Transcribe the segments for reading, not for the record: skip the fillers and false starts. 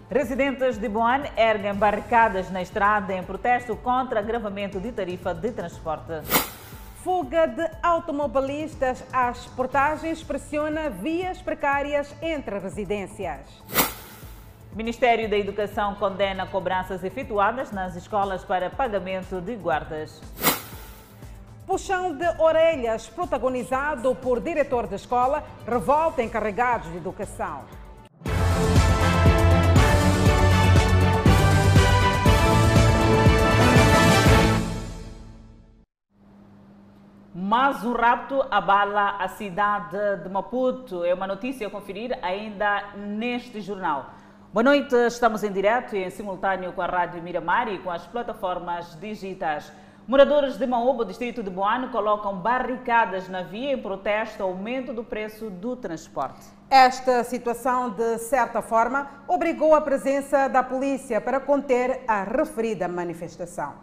Residentes de Boane erguem barricadas na estrada em protesto contra agravamento de tarifa de transporte. Fuga de automobilistas às portagens pressiona vias precárias entre residências. Ministério da Educação condena cobranças efetuadas nas escolas para pagamento de guardas. Puxão de orelhas protagonizado por diretor de escola revolta encarregados de educação. Mas um rapto abala a cidade de Maputo. É uma notícia a conferir ainda neste jornal. Boa noite, estamos em direto e em simultâneo com a Rádio Miramar e com as plataformas digitais. Moradores de Maúba, distrito de Boane, colocam barricadas na via em protesto ao aumento do preço do transporte. Esta situação, de certa forma, obrigou a presença da polícia para conter a referida manifestação.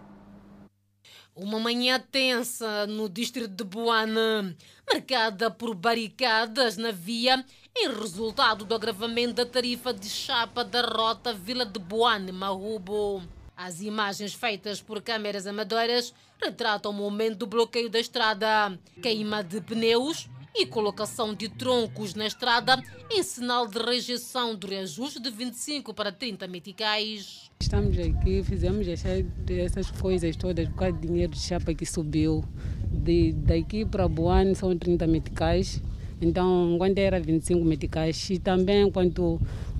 Uma manhã tensa no distrito de Boane, marcada por barricadas na via em resultado do agravamento da tarifa de chapa da rota Vila de Boane-Mahubo. As imagens feitas por câmeras amadoras retratam o momento do bloqueio da estrada, queima de pneus e colocação de troncos na estrada em sinal de rejeição do reajuste de 25 para 30 meticais. Estamos aqui, fizemos essas coisas todas por causa do dinheiro de chapa que subiu. Daqui para Boane são 30 meticais, então quando era 25 meticais. E também quando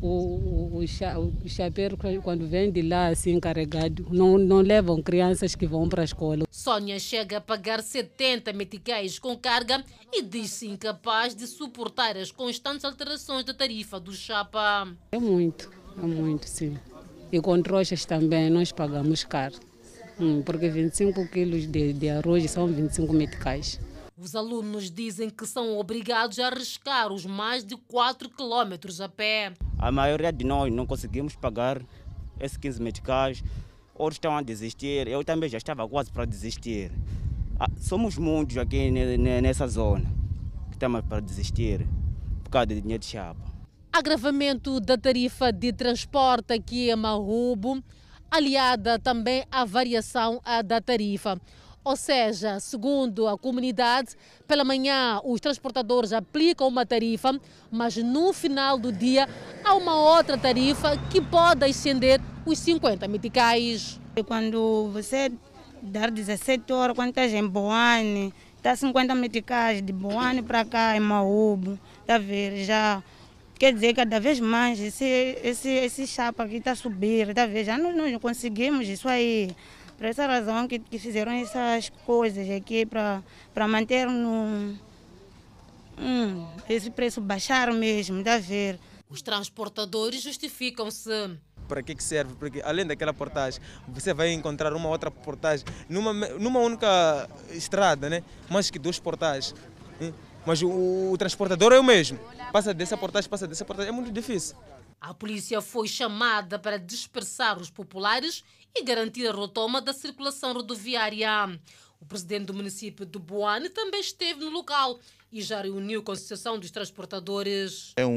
o chapeiro, quando vem de lá assim carregado, não levam crianças que vão para a escola. Sônia chega a pagar 70 meticais com carga e diz-se incapaz de suportar as constantes alterações da tarifa do chapa. É muito sim. E com trouxas também nós pagamos caro, porque 25 quilos de arroz são 25 meticais. Os alunos dizem que são obrigados a arriscar os mais de 4 quilômetros a pé. A maioria de nós não conseguimos pagar esses 15 meticais, outros estão a desistir, eu também já estava quase para desistir. Somos muitos aqui nessa zona que estamos para desistir por causa do dinheiro de chapa. Agravamento da tarifa de transporte aqui em Mahubo, aliada também à variação da tarifa. Ou seja, segundo a comunidade, pela manhã os transportadores aplicam uma tarifa, mas no final do dia há uma outra tarifa que pode ascender os 50 meticais. Quando você dá 17 horas, quando estás em Boane, dá 50 meticais de Boane para cá, em Maúbo, tá ver, já quer dizer, cada vez mais esse chapa aqui está a subir, tá ver, já nós não conseguimos isso aí. Por essa razão que fizeram essas coisas aqui para manter esse preço baixar mesmo, dá a ver. Os transportadores justificam-se. Para que serve? Porque além daquela portagem, você vai encontrar uma outra portagem numa única estrada, né? Mais que 2 portagens. Mas o transportador é o mesmo. Passa dessa portagem, é muito difícil. A polícia foi chamada para dispersar os populares e garantir a retoma da circulação rodoviária. O presidente do município de Boane também esteve no local e já reuniu com a Associação dos Transportadores. É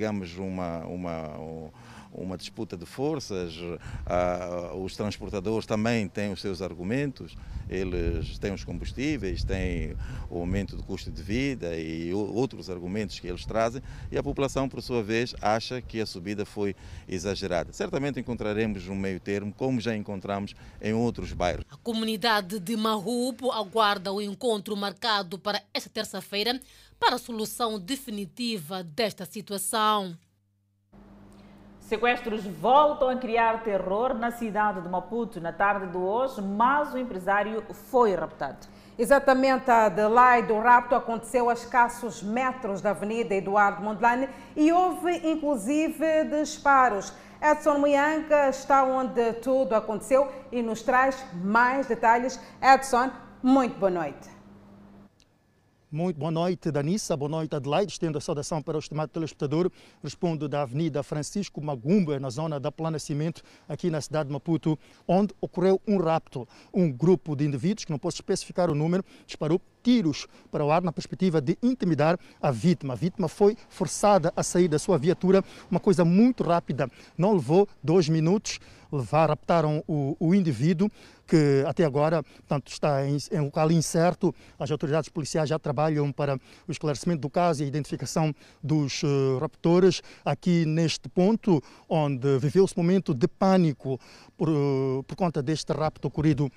uma disputa de forças, os transportadores também têm os seus argumentos, eles têm os combustíveis, têm o aumento do custo de vida e outros argumentos que eles trazem, e a população, por sua vez, acha que a subida foi exagerada. Certamente encontraremos um meio termo, como já encontramos em outros bairros. A comunidade de Mahubo aguarda o encontro marcado para esta terça-feira para a solução definitiva desta situação. Sequestros voltam a criar terror na cidade de Maputo. Na tarde de hoje, mas o empresário foi raptado. Exatamente, a Adelaide, o rapto aconteceu a escassos metros da Avenida Eduardo Mondlane e houve inclusive disparos. Edson Muyanca está onde tudo aconteceu e nos traz mais detalhes. Edson, muito boa noite. Muito boa noite, Danissa. Boa noite, Adelaide. Estendo a saudação para o estimado telespectador. Respondo da Avenida Francisco Magumba, na zona da Plana Cimento, aqui na cidade de Maputo, onde ocorreu um rapto. Um grupo de indivíduos, que não posso especificar o número, disparou tiros para o ar na perspectiva de intimidar a vítima. A vítima foi forçada a sair da sua viatura, uma coisa muito rápida. Não levou 2 minutos. Raptaram o indivíduo, que até agora, portanto, está em local incerto. As autoridades policiais já trabalham para o esclarecimento do caso e a identificação dos raptores. Aqui neste ponto, onde viveu-se um momento de pânico por conta deste rapto ocorrido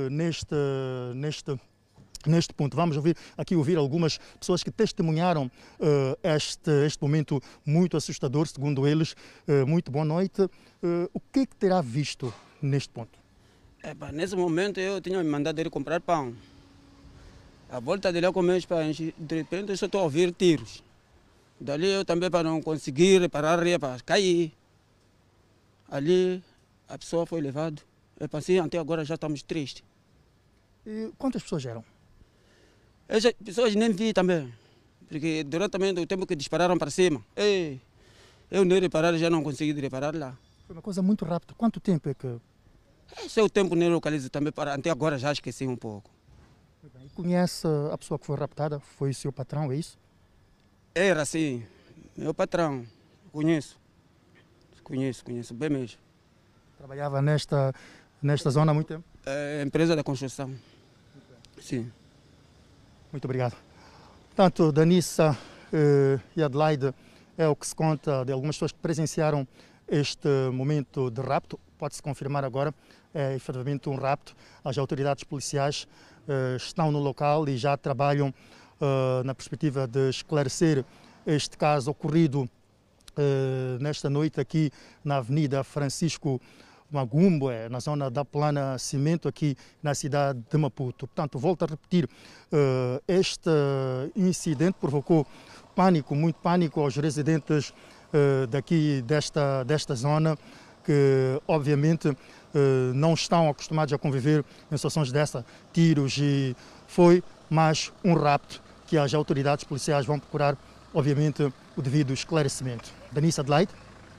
neste ponto. Vamos ouvir algumas pessoas que testemunharam este momento muito assustador, segundo eles. Muito boa noite. O que terá visto neste ponto? Nesse momento eu tinha me mandado ele comprar pão. A volta dele com meus pães, de repente eu só estou a ouvir tiros. Dali eu também, para não conseguir reparar, para cair. Ali a pessoa foi levada. Assim, até agora já estamos tristes. E quantas pessoas eram? Essas pessoas nem vi também, porque durante o tempo que dispararam para cima, eu nem reparar, já não consegui reparar lá. Foi uma coisa muito rápida. Quanto tempo é que... Esse é o tempo nem localizo também, até agora já esqueci um pouco. E conhece a pessoa que foi raptada? Foi o seu patrão, é isso? Era sim, meu patrão, conheço bem mesmo. Trabalhava nesta zona há muito tempo? É empresa da construção, sim. Muito obrigado. Portanto, Danissa e Adelaide, é o que se conta de algumas pessoas que presenciaram este momento de rapto. Pode-se confirmar agora, é efetivamente um rapto. As autoridades policiais estão no local e já trabalham na perspectiva de esclarecer este caso ocorrido nesta noite aqui na Avenida Francisco Magumbo, na zona da Plana Cimento, aqui na cidade de Maputo. Portanto, volto a repetir, este incidente provocou pânico, muito pânico aos residentes daqui desta zona, que obviamente não estão acostumados a conviver em situações dessa, tiros, e foi mais um rapto que as autoridades policiais vão procurar, obviamente, o devido esclarecimento. Danissa, Adelaide.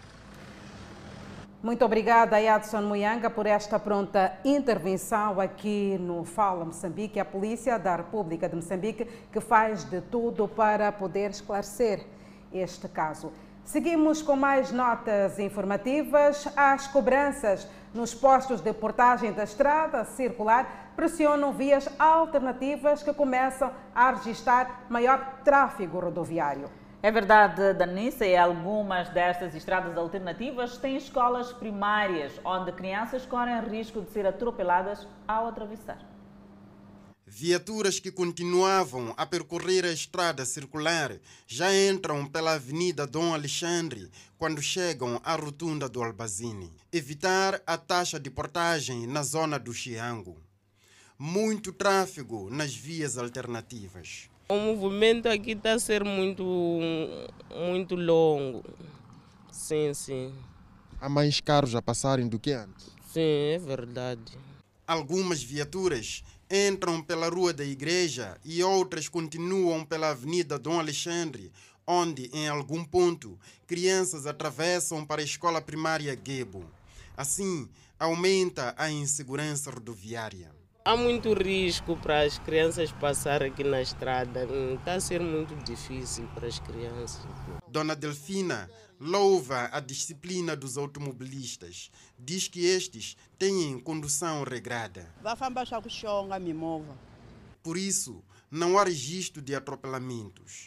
Muito obrigada, Edson Muyanga, por esta pronta intervenção aqui no Fala Moçambique. A Polícia da República de Moçambique que faz de tudo para poder esclarecer este caso. Seguimos com mais notas informativas. As cobranças nos postos de portagem da estrada circular pressionam vias alternativas que começam a registrar maior tráfego rodoviário. É verdade, Danissa, e algumas destas estradas alternativas têm escolas primárias, onde crianças correm risco de ser atropeladas ao atravessar. Viaturas que continuavam a percorrer a estrada circular já entram pela Avenida Dom Alexandre quando chegam à rotunda do Albazine. Evitar a taxa de portagem na zona do Xiango. Muito tráfego nas vias alternativas. O movimento aqui está a ser muito longo. Sim. Há mais carros a passarem do que antes? Sim, é verdade. Algumas viaturas entram pela Rua da Igreja e outras continuam pela Avenida Dom Alexandre, onde, em algum ponto, crianças atravessam para a escola primária Gebo. Assim, aumenta a insegurança rodoviária. Há muito risco para as crianças passarem aqui na estrada. Está a ser muito difícil para as crianças. Dona Delfina louva a disciplina dos automobilistas. Diz que estes têm condução regrada. Por isso, não há registro de atropelamentos.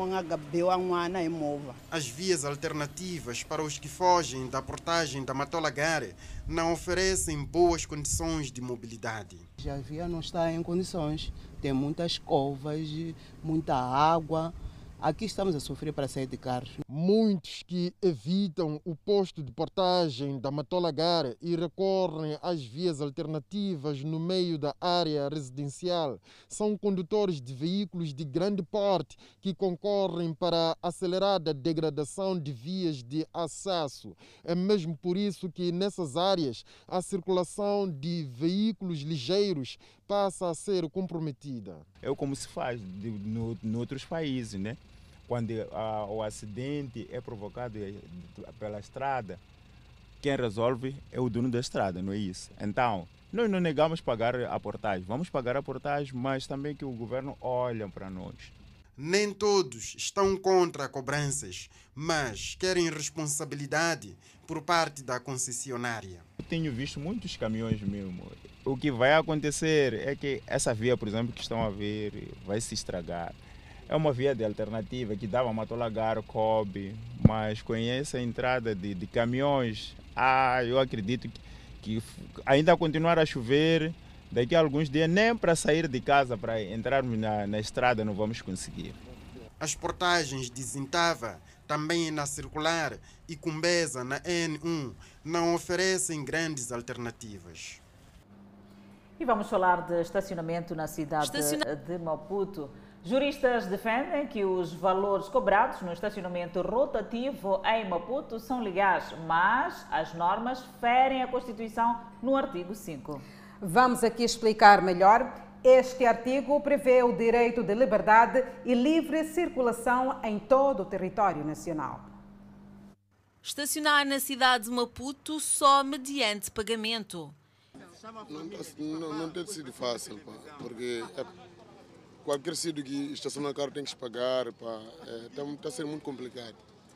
As vias alternativas para os que fogem da portagem da Matolagare não oferecem boas condições de mobilidade. A via não está em condições, tem muitas covas, muita água Aqui estamos a sofrer para sair de carros. Muitos que evitam o posto de portagem da Matolagar e recorrem às vias alternativas no meio da área residencial são condutores de veículos de grande porte que concorrem para a acelerada degradação de vias de acesso. É mesmo por isso que nessas áreas a circulação de veículos ligeiros passa a ser comprometida. É como se faz em outros países, né? Quando o acidente é provocado pela estrada, quem resolve é o dono da estrada, não é isso? Então, nós não negamos pagar a portagem, vamos pagar a portagem, mas também que o governo olhe para nós. Nem todos estão contra cobranças, mas querem responsabilidade por parte da concessionária. Eu tenho visto muitos caminhões mesmo. O que vai acontecer é que essa via, por exemplo, que estão a ver, vai se estragar. É uma via de alternativa que dava Matolagar, Kobe, mas com essa entrada de caminhões, eu acredito que ainda continuar a chover, daqui a alguns dias nem para sair de casa, para entrarmos na estrada, não vamos conseguir. As portagens de Zintava, também na Circular e Cumbeza na N1, não oferecem grandes alternativas. E vamos falar de estacionamento na cidade de Maputo. Juristas defendem que os valores cobrados no estacionamento rotativo em Maputo são legais, mas as normas ferem a Constituição no artigo 5. Vamos aqui explicar melhor. Este artigo prevê o direito de liberdade e livre circulação em todo o território nacional. Estacionar na cidade de Maputo só mediante pagamento. Não tem sido fácil, porque qualquer sítio que estaciona o carro tem que pagar, está sendo muito complicado.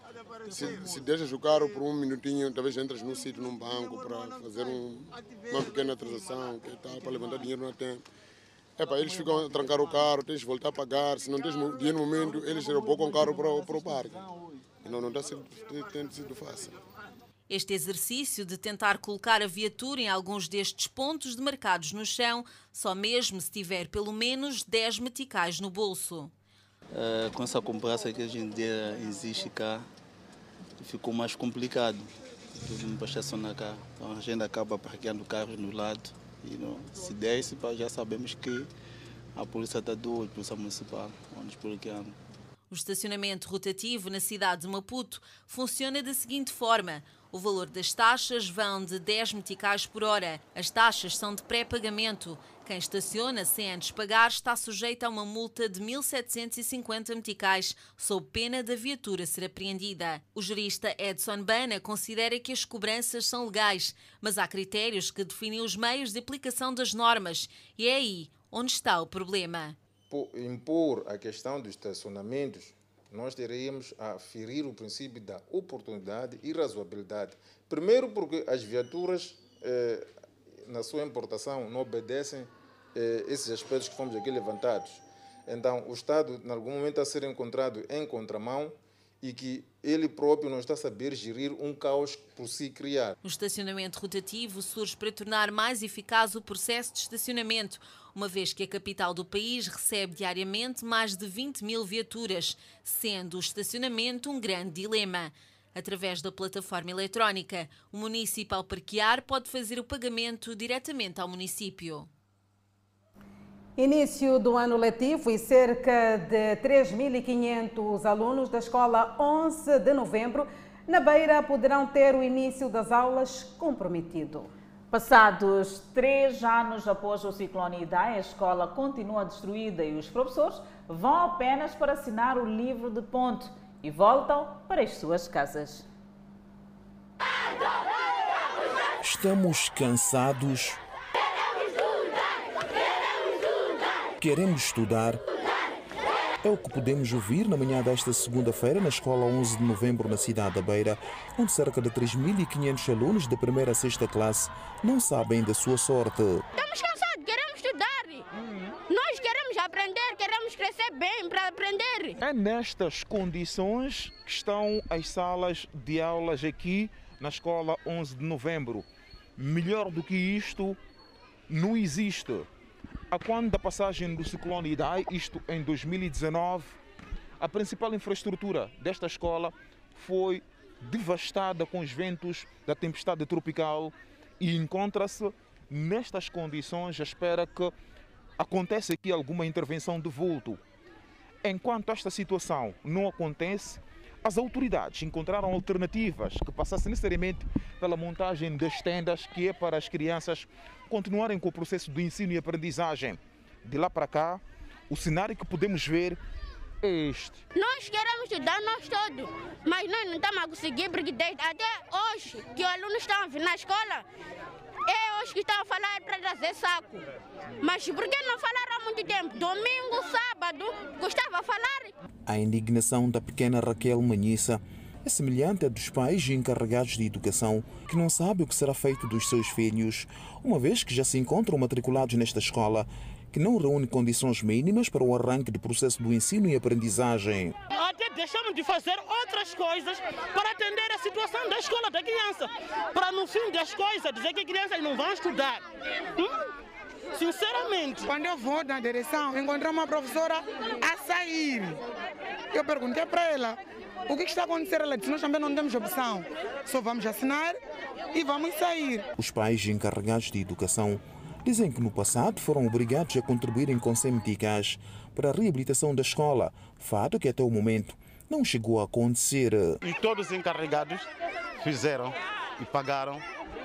Se deixas o carro por um minutinho, talvez entras num sítio, num banco, para fazer uma pequena transação, para levantar dinheiro no tempo. Eles ficam a trancar o carro, tens de voltar a pagar, se não tens dinheiro no momento, eles rebocam o carro para o parque. Não tem sido fácil. Este exercício de tentar colocar a viatura em alguns destes pontos demarcados no chão, só mesmo se tiver pelo menos 10 meticais no bolso. Com essa cobrança que hoje em dia existe cá, ficou mais complicado. Tudo para estacionar cá. Então a gente acaba parqueando carros no lado. E se desce, já sabemos que a polícia está doida, a polícia municipal, onde bloqueando. O estacionamento rotativo na cidade de Maputo funciona da seguinte forma. O valor das taxas vão de 10 meticais por hora. As taxas são de pré-pagamento. Quem estaciona sem antes pagar está sujeito a uma multa de 1.750 meticais, sob pena da viatura ser apreendida. O jurista Edson Bana considera que as cobranças são legais, mas há critérios que definem os meios de aplicação das normas. E é aí onde está o problema. Por impor a questão dos estacionamentos, nós teríamos a ferir o princípio da oportunidade e razoabilidade. Primeiro porque as viaturas, na sua importação, não obedecem esses aspectos que fomos aqui levantados. Então, o Estado, em algum momento, está a ser encontrado em contramão e que ele próprio não está a saber gerir um caos por si criar. O estacionamento rotativo surge para tornar mais eficaz o processo de estacionamento, uma vez que a capital do país recebe diariamente mais de 20 mil viaturas, sendo o estacionamento um grande dilema. Através da plataforma eletrónica, o município, ao parquear, pode fazer o pagamento diretamente ao município. Início do ano letivo e cerca de 3.500 alunos da escola 11 de novembro na Beira poderão ter o início das aulas comprometido. Passados 3 anos após o ciclone Idai, a escola continua destruída e os professores vão apenas para assinar o livro de ponto e voltam para as suas casas. Estamos cansados. Queremos estudar. É o que podemos ouvir na manhã desta segunda-feira na Escola 11 de Novembro, na cidade da Beira, onde cerca de 3.500 alunos da primeira a sexta classe não sabem da sua sorte. Estamos cansados, queremos estudar. Nós queremos aprender, queremos crescer bem para aprender. É nestas condições que estão as salas de aulas aqui na Escola 11 de Novembro. Melhor do que isto, não existe. A quando da passagem do ciclone Idai, isto em 2019, A principal infraestrutura desta escola foi devastada com os ventos da tempestade tropical e encontra-se nestas condições à espera que aconteça aqui alguma intervenção de vulto. Enquanto esta situação não acontece, as autoridades encontraram alternativas que passassem necessariamente pela montagem das tendas, que é para as crianças continuarem com o processo de ensino e aprendizagem. De lá para cá, o cenário que podemos ver é este. Nós queremos estudar nós todos, mas nós não estamos a conseguir, porque até hoje que os alunos estão a vir na escola, é hoje que estão a falar para trazer saco. Mas por que não falaram há muito tempo? Domingo, sábado, gostava de falar. A indignação da pequena Raquel Manhissa é semelhante à dos pais encarregados de educação que não sabem o que será feito dos seus filhos, uma vez que já se encontram matriculados nesta escola, que não reúne condições mínimas para o arranque do processo do ensino e aprendizagem. Até deixamos de fazer outras coisas para atender a situação da escola da criança, para no fim das coisas dizer que crianças não vão estudar. Sinceramente. Quando eu vou na direção, encontrei uma professora a sair. Eu perguntei para ela, o que está acontecendo? Ela disse, nós também não temos opção, só vamos assinar e vamos sair. Os pais encarregados de educação dizem que no passado foram obrigados a contribuírem com 100 meticais para a reabilitação da escola, fato que até o momento não chegou a acontecer. E todos os encarregados fizeram e pagaram.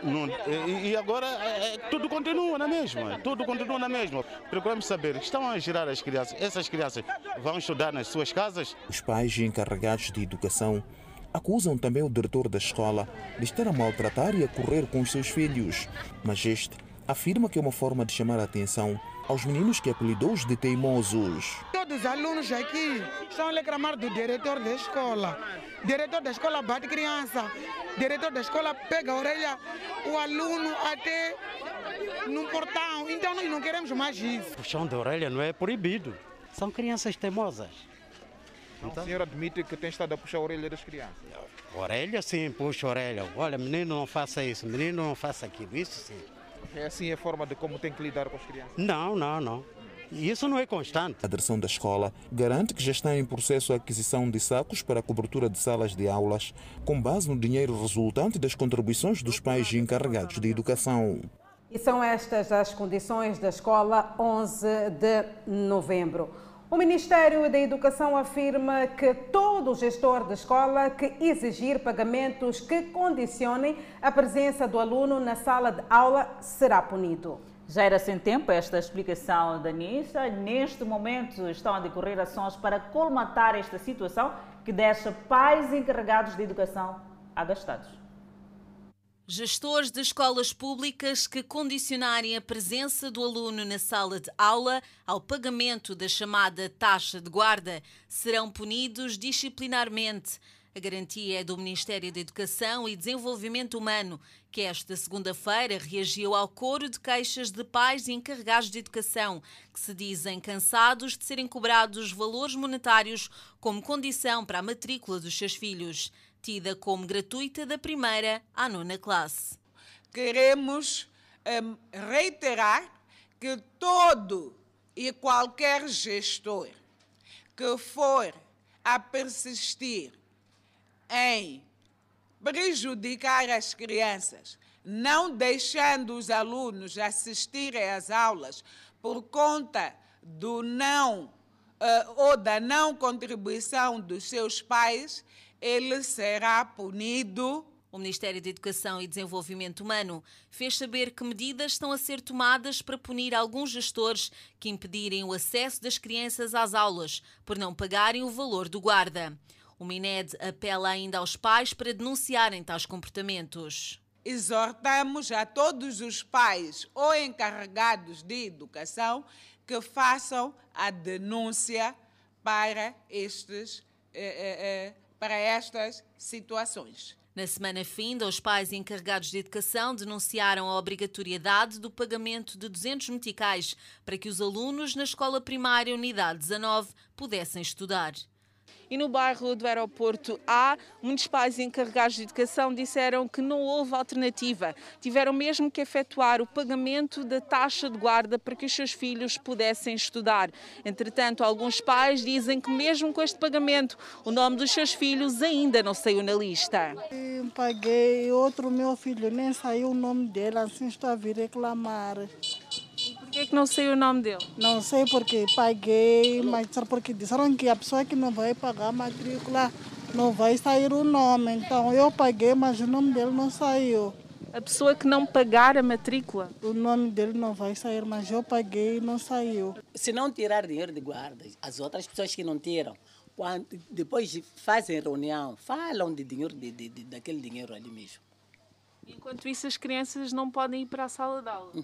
E agora tudo continua na mesma, tudo continua na mesma. Procuramos saber, estão a gerar as crianças, essas crianças vão estudar nas suas casas? Os pais encarregados de educação acusam também o diretor da escola de estar a maltratar e a correr com os seus filhos, mas este afirma que é uma forma de chamar a atenção aos meninos que apelidou-os de teimosos. Todos os alunos aqui estão a reclamar do diretor da escola. O diretor da escola bate criança. O diretor da escola pega a orelha o aluno até no portão. Então nós não queremos mais isso. Puxão de orelha não é proibido. São crianças teimosas. Então, o senhor admite que tem estado a puxar a orelha das crianças? Orelha sim, puxa a orelha. Olha, menino não faça isso, menino não faça aquilo, isso sim. É assim a forma de como tem que lidar com as crianças? Não. Isso não é constante. A direção da escola garante que já está em processo a aquisição de sacos para a cobertura de salas de aulas, com base no dinheiro resultante das contribuições dos pais encarregados de educação. E são estas as condições da escola 11 de novembro. O Ministério da Educação afirma que todo gestor de escola que exigir pagamentos que condicionem a presença do aluno na sala de aula será punido. Já era sem tempo esta explicação da Nissa. Neste momento estão a decorrer ações para colmatar esta situação que deixa pais encarregados de educação agastados. Gestores de escolas públicas que condicionarem a presença do aluno na sala de aula ao pagamento da chamada taxa de guarda serão punidos disciplinarmente. A garantia é do Ministério da Educação e Desenvolvimento Humano, que esta segunda-feira reagiu ao coro de queixas de pais encarregados de educação, que se dizem cansados de serem cobrados valores monetários como condição para a matrícula dos seus filhos, tida como gratuita da primeira à 9ª classe. Queremos reiterar que todo e qualquer gestor que for a persistir em prejudicar as crianças, não deixando os alunos assistirem às aulas por conta do ou da não contribuição dos seus pais, ele será punido. O Ministério da Educação e Desenvolvimento Humano fez saber que medidas estão a ser tomadas para punir alguns gestores que impedirem o acesso das crianças às aulas por não pagarem o valor do guarda. O MINED apela ainda aos pais para denunciarem tais comportamentos. Exortamos a todos os pais ou encarregados de educação que façam a denúncia para estas situações. Na semana finda, os pais encarregados de educação denunciaram a obrigatoriedade do pagamento de 200 meticais para que os alunos na escola primária Unidade 19 pudessem estudar. E no bairro do Aeroporto A, muitos pais encarregados de educação disseram que não houve alternativa. Tiveram mesmo que efetuar o pagamento da taxa de guarda para que os seus filhos pudessem estudar. Entretanto, alguns pais dizem que mesmo com este pagamento, o nome dos seus filhos ainda não saiu na lista. Paguei, outro meu filho nem saiu o nome dele, assim estou a vir reclamar. Por que não saiu o nome dele? Não sei porque paguei, mas porque disseram que a pessoa que não vai pagar a matrícula não vai sair o nome. Então eu paguei, mas o nome dele não saiu. A pessoa que não pagar a matrícula? O nome dele não vai sair, mas eu paguei e não saiu. Se não tirar dinheiro de guarda, as outras pessoas que não tiram, depois fazem reunião, falam de dinheiro, daquele dinheiro ali mesmo. Enquanto isso, as crianças não podem ir para a sala de aula.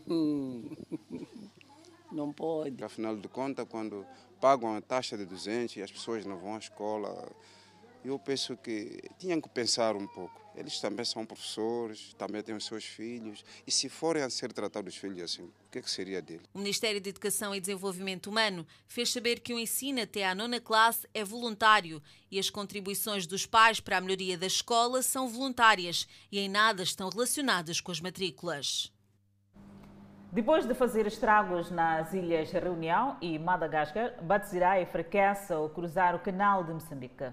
Não pode. Afinal de contas, quando pagam a taxa de 200 e as pessoas não vão à escola, eu penso que tinham que pensar um pouco. Eles também são professores, também têm os seus filhos. E se forem a ser tratados os filhos assim, o que seria dele? O Ministério de Educação e Desenvolvimento Humano fez saber que o ensino até à 9ª classe é voluntário e as contribuições dos pais para a melhoria da escola são voluntárias e em nada estão relacionadas com as matrículas. Depois de fazer estragos nas ilhas Reunião e Madagascar, Batsirai enfraquece ao cruzar o canal de Moçambique.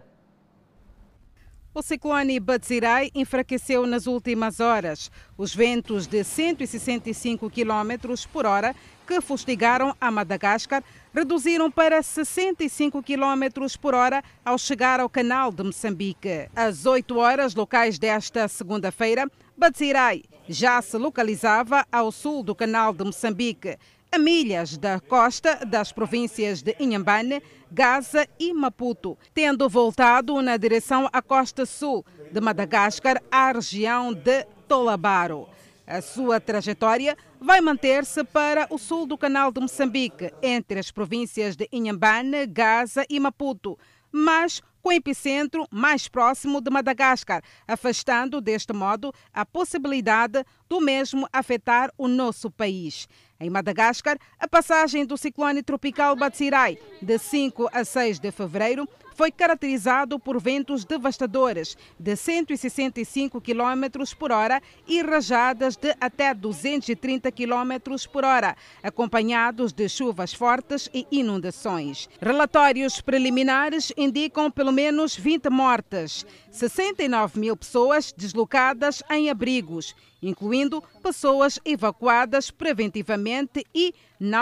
O ciclone Batsirai enfraqueceu nas últimas horas. Os ventos de 165 km por hora que fustigaram a Madagascar reduziram para 65 km por hora ao chegar ao canal de Moçambique. Às 8 horas locais desta segunda-feira, Batsirai já se localizava ao sul do canal de Moçambique, a milhas da costa das províncias de Inhambane, Gaza e Maputo, tendo voltado na direção à costa sul de Madagascar, à região de Tolabaro. A sua trajetória vai manter-se para o sul do canal de Moçambique, entre as províncias de Inhambane, Gaza e Maputo, mas com epicentro mais próximo de Madagascar, afastando deste modo a possibilidade do mesmo afetar o nosso país. Em Madagascar, a passagem do ciclone tropical Batsirai, de 5 a 6 de fevereiro, foi caracterizado por ventos devastadores de 165 km por hora e rajadas de até 230 km por hora, acompanhados de chuvas fortes e inundações. Relatórios preliminares indicam pelo menos 20 mortes, 69 mil pessoas deslocadas em abrigos, incluindo pessoas evacuadas preventivamente e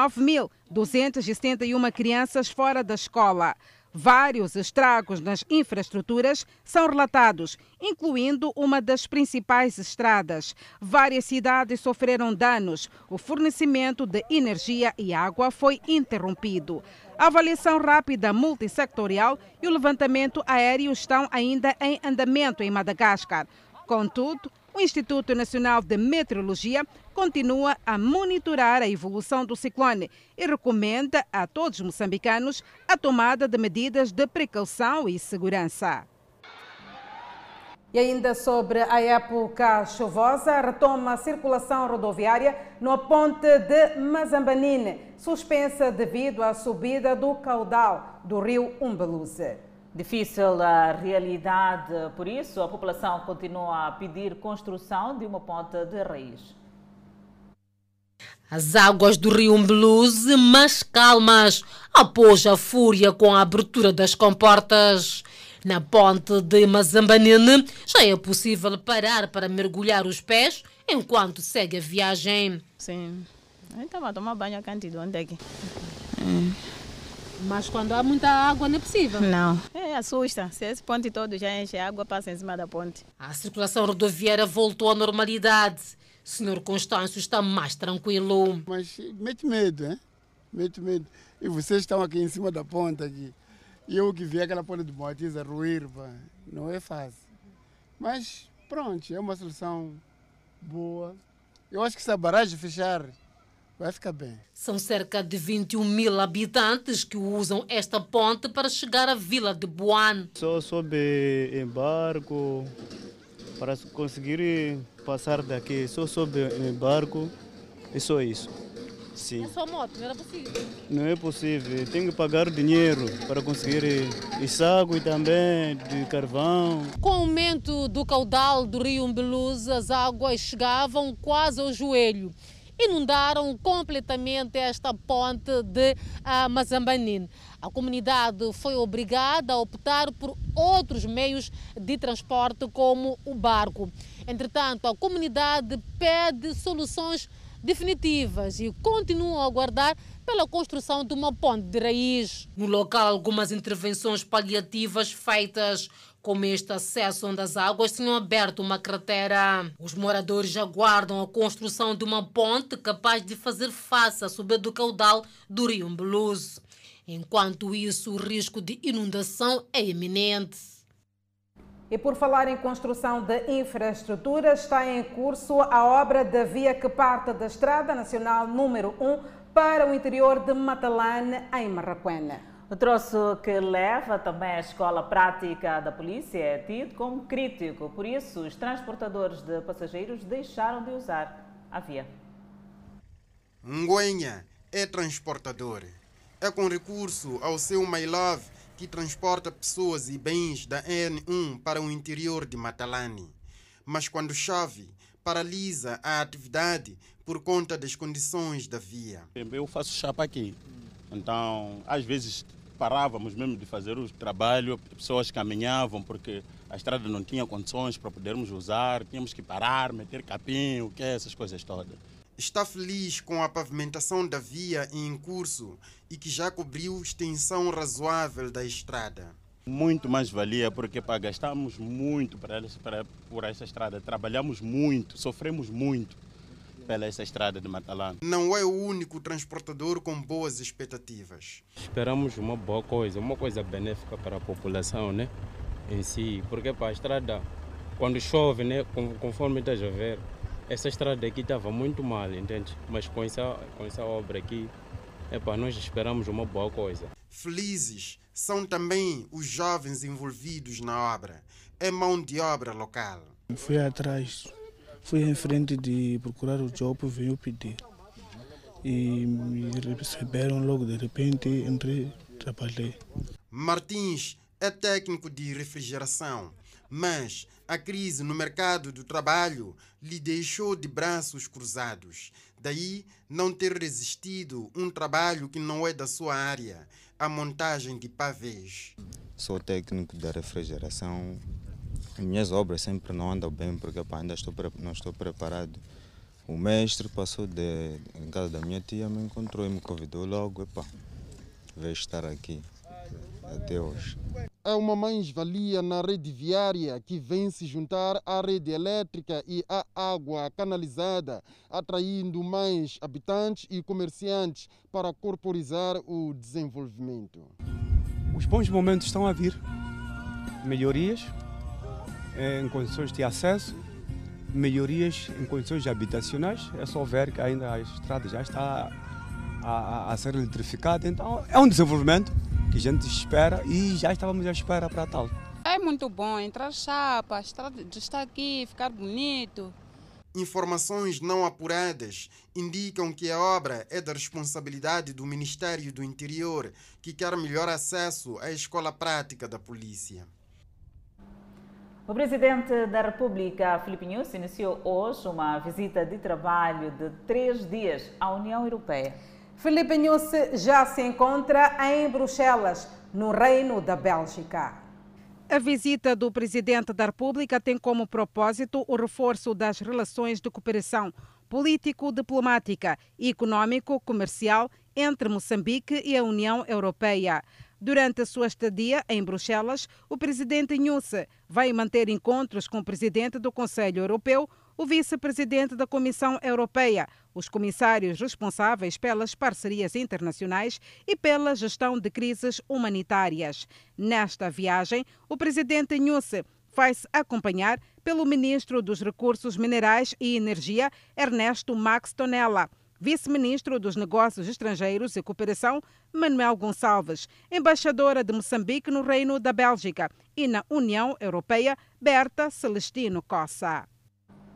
9.271 crianças fora da escola. Vários estragos nas infraestruturas são relatados, incluindo uma das principais estradas. Várias cidades sofreram danos. O fornecimento de energia e água foi interrompido. A avaliação rápida multissectorial e o levantamento aéreo estão ainda em andamento em Madagascar. Contudo, o Instituto Nacional de Meteorologia continua a monitorar a evolução do ciclone e recomenda a todos os moçambicanos a tomada de medidas de precaução e segurança. E ainda sobre a época chuvosa, retoma a circulação rodoviária na ponte de Mazambanine, suspensa devido à subida do caudal do rio Umbeluze. Difícil a realidade, por isso a população continua a pedir construção de uma ponte de raiz. As águas do rio Umbeluze, mais calmas, após a fúria com a abertura das comportas. Na ponte de Mazambanine já é possível parar para mergulhar os pés enquanto segue a viagem. Sim, eu estava a tomar banho a canto onde é que... Mas quando há muita água não é possível? Não, assusta. Se esse ponte todo já enche, a água passa em cima da ponte. A circulação rodoviária voltou à normalidade. Senhor Constâncio está mais tranquilo. Mas mete medo, hein? Mete medo. E vocês estão aqui em cima da ponte aqui. E eu que vi aquela ponte de Moatiz a ruir, pá. Não é fácil. Mas pronto, é uma solução boa. Eu acho que se a barragem fechar, vai ficar bem. São cerca de 21 mil habitantes que usam esta ponte para chegar à vila de Buane. Só sob embargo, para conseguir passar daqui, só sob embargo e só isso. Sim. É só moto, não era possível? Não é possível. Tenho que pagar dinheiro para conseguir isso, água e também de carvão. Com o aumento do caudal do rio Umbeluz, as águas chegavam quase ao joelho. Inundaram completamente esta ponte de Mazambanine. A comunidade foi obrigada a optar por outros meios de transporte, como o barco. Entretanto, a comunidade pede soluções definitivas e continuam a aguardar pela construção de uma ponte de raiz. No local, algumas intervenções paliativas feitas, como este acesso onde as águas tinham aberto uma cratera. Os moradores aguardam a construção de uma ponte capaz de fazer face à subida do caudal do rio Umbeluz. Enquanto isso, o risco de inundação é iminente. E por falar em construção de infraestrutura, está em curso a obra da via que parte da Estrada Nacional número 1 para o interior de Matalane, em Marraquena. O troço que leva também à escola prática da polícia é tido como crítico. Por isso, os transportadores de passageiros deixaram de usar a via. Ngwenha é transportador. É com recurso ao seu My Love que transporta pessoas e bens da N1 para o interior de Matalane. Mas quando chove, paralisa a atividade por conta das condições da via. Eu faço chapa aqui, então às vezes parávamos mesmo de fazer o trabalho, pessoas caminhavam porque a estrada não tinha condições para podermos usar, tínhamos que parar, meter capim, o que é, essas coisas todas. Está feliz com a pavimentação da via em curso e que já cobriu extensão razoável da estrada. Muito mais valia porque gastamos muito por essa estrada, trabalhamos muito, sofremos muito pela essa estrada de Matalane. Não é o único transportador com boas expectativas. Esperamos uma boa coisa, uma coisa benéfica para a população, né, em si, porque para a estrada, quando chove, né, conforme está a chover, essa estrada aqui estava muito mal, entende? Mas com essa obra aqui, nós esperamos uma boa coisa. Felizes são também os jovens envolvidos na obra. É mão de obra local. Fui atrás, fui em frente de procurar o job, veio pedir. E me receberam logo de repente, entrei, trabalhei. Martins é técnico de refrigeração, mas a crise no mercado do trabalho lhe deixou de braços cruzados. Daí não ter resistido um trabalho que não é da sua área, a montagem de pavês. Sou técnico da refrigeração. Minhas obras sempre não andam bem porque ainda não estou preparado. O mestre passou em casa da minha tia, me encontrou e me convidou logo. Veio estar aqui até hoje. É uma mais-valia na rede viária que vem se juntar à rede elétrica e à água canalizada, atraindo mais habitantes e comerciantes para corporizar o desenvolvimento. Os bons momentos estão a vir. Melhorias em condições de acesso, melhorias em condições habitacionais. É só ver que ainda a estrada já está a ser eletrificada, então é um desenvolvimento que a gente espera e já estávamos à espera para tal. É muito bom entrar chapa, a estrada está aqui, ficar bonito. Informações não apuradas indicam que a obra é da responsabilidade do Ministério do Interior, que quer melhor acesso à escola prática da polícia. O presidente da República, Filipe Nyusi, iniciou hoje uma visita de trabalho de 3 dias à União Europeia. Filipe Nyusi já se encontra em Bruxelas, no Reino da Bélgica. A visita do presidente da República tem como propósito o reforço das relações de cooperação político-diplomática e econômico-comercial entre Moçambique e a União Europeia. Durante a sua estadia em Bruxelas, o presidente Nyusi vai manter encontros com o presidente do Conselho Europeu, o vice-presidente da Comissão Europeia, os comissários responsáveis pelas parcerias internacionais e pela gestão de crises humanitárias. Nesta viagem, o presidente Nyusi vai-se acompanhar pelo ministro dos Recursos Minerais e Energia, Ernesto Max Tonella, vice-ministro dos Negócios Estrangeiros e Cooperação, Manuel Gonçalves, embaixadora de Moçambique no Reino da Bélgica e na União Europeia, Berta Celestino Cossa.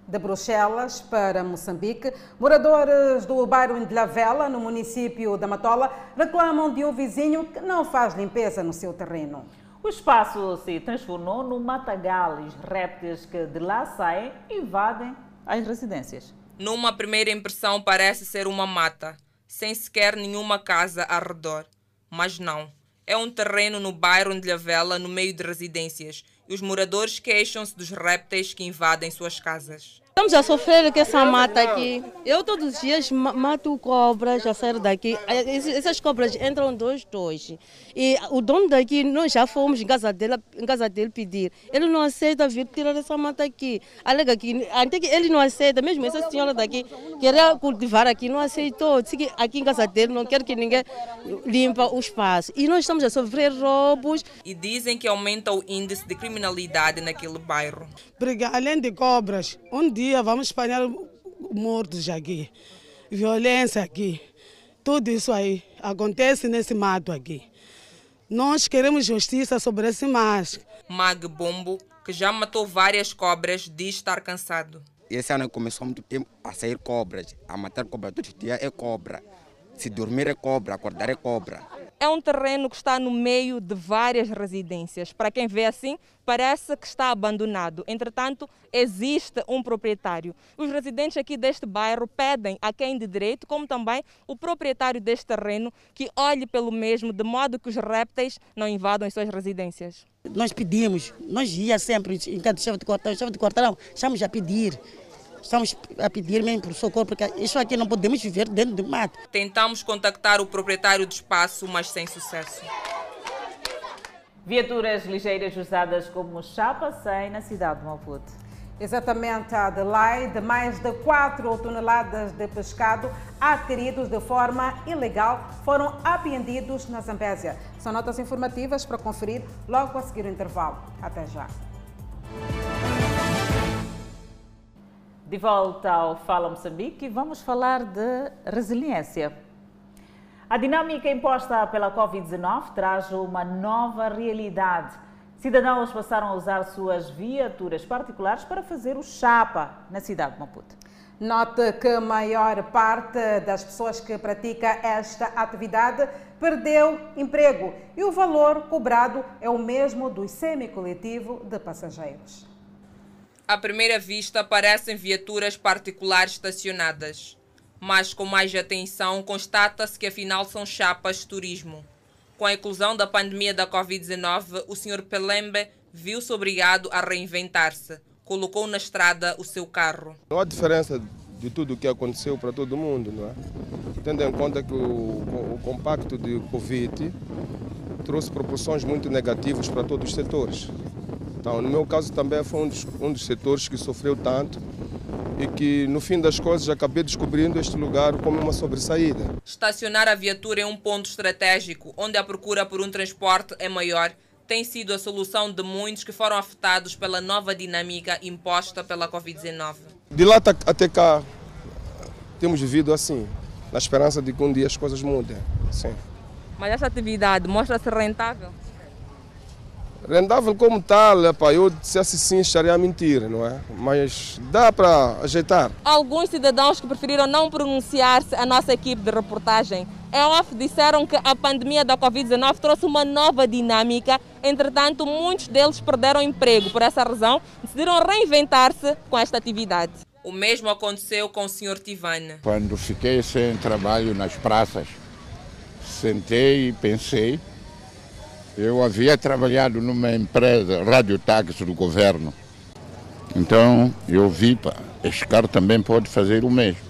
De Bruxelas para Moçambique, moradores do bairro Indlavela, no município da Matola, reclamam de um vizinho que não faz limpeza no seu terreno. O espaço se transformou num matagal e os répteis que de lá saem invadem as residências. Numa primeira impressão parece ser uma mata, sem sequer nenhuma casa ao redor. Mas não, é um terreno no bairro Indlavela, no meio de residências, e os moradores queixam-se dos répteis que invadem suas casas. Estamos a sofrer com essa mata aqui. Eu todos os dias mato cobras, já saio daqui. Essas cobras entram dois. E o dono daqui, nós já fomos em casa dele pedir. Ele não aceita vir tirar essa mata aqui. Alega que até que ele não aceita, mesmo essa senhora daqui queria cultivar aqui, não aceitou. Disse que aqui em casa dele não quer que ninguém limpa o espaço. E nós estamos a sofrer roubos. E dizem que aumenta o índice de criminalidade naquele bairro. Porque além de cobras, um dia vamos apanhar mortos aqui, violência aqui, tudo isso aí acontece nesse mato aqui. Nós queremos justiça sobre esse mato. Mag Bombo, que já matou várias cobras, diz estar cansado. Esse ano começou muito tempo a sair cobras, a matar cobra, todo dia é cobra. Se dormir é cobra, acordar é cobra. É um terreno que está no meio de várias residências. Para quem vê assim, parece que está abandonado. Entretanto, existe um proprietário. Os residentes aqui deste bairro pedem a quem de direito, como também o proprietário deste terreno, que olhe pelo mesmo, de modo que os répteis não invadam as suas residências. Nós pedimos, nós ia sempre em cada chefe de quarteirão, estamos a pedir. Estamos a pedir mesmo por socorro, porque isso aqui não podemos viver dentro do mato. Tentamos contactar o proprietário do espaço, mas sem sucesso. Viaturas ligeiras usadas como chapa-100 na cidade de Maputo. Exatamente, a Adelaide, mais de 4 toneladas de pescado adquiridos de forma ilegal foram apreendidos na Zambésia. São notas informativas para conferir logo a seguir o intervalo. Até já. De volta ao Fala Moçambique, vamos falar de resiliência. A dinâmica imposta pela Covid-19 traz uma nova realidade. Cidadãos passaram a usar suas viaturas particulares para fazer o chapa na cidade de Maputo. Note que a maior parte das pessoas que pratica esta atividade perdeu emprego e o valor cobrado é o mesmo do semicoletivo de passageiros. À primeira vista, parecem viaturas particulares estacionadas. Mas com mais atenção, constata-se que afinal são chapas de turismo. Com a eclosão da pandemia da Covid-19, o Sr. Pelembe viu-se obrigado a reinventar-se. Colocou na estrada o seu carro. Não há diferença de tudo o que aconteceu para todo mundo, não é? Tendo em conta que o compacto de Covid trouxe proporções muito negativas para todos os setores. Então, no meu caso também foi um dos setores que sofreu tanto e que, no fim das coisas, acabei descobrindo este lugar como uma sobressaída. Estacionar a viatura em um ponto estratégico, onde a procura por um transporte é maior, tem sido a solução de muitos que foram afetados pela nova dinâmica imposta pela Covid-19. De lá até cá, temos vivido assim, na esperança de que um dia as coisas mudem. Sim. Mas essa atividade mostra-se rentável? Rendável como tal, eu dissesse sim, estaria a mentir, não é? Mas dá para ajeitar. Alguns cidadãos que preferiram não pronunciar-se à nossa equipe de reportagem em off disseram que a pandemia da Covid-19 trouxe uma nova dinâmica. Entretanto, muitos deles perderam emprego. Por essa razão, decidiram reinventar-se com esta atividade. O mesmo aconteceu com o Sr. Tivane. Quando fiquei sem trabalho nas praças, sentei e pensei. Eu havia trabalhado numa empresa, radiotáxi do governo. Então eu vi, este cara também pode fazer o mesmo.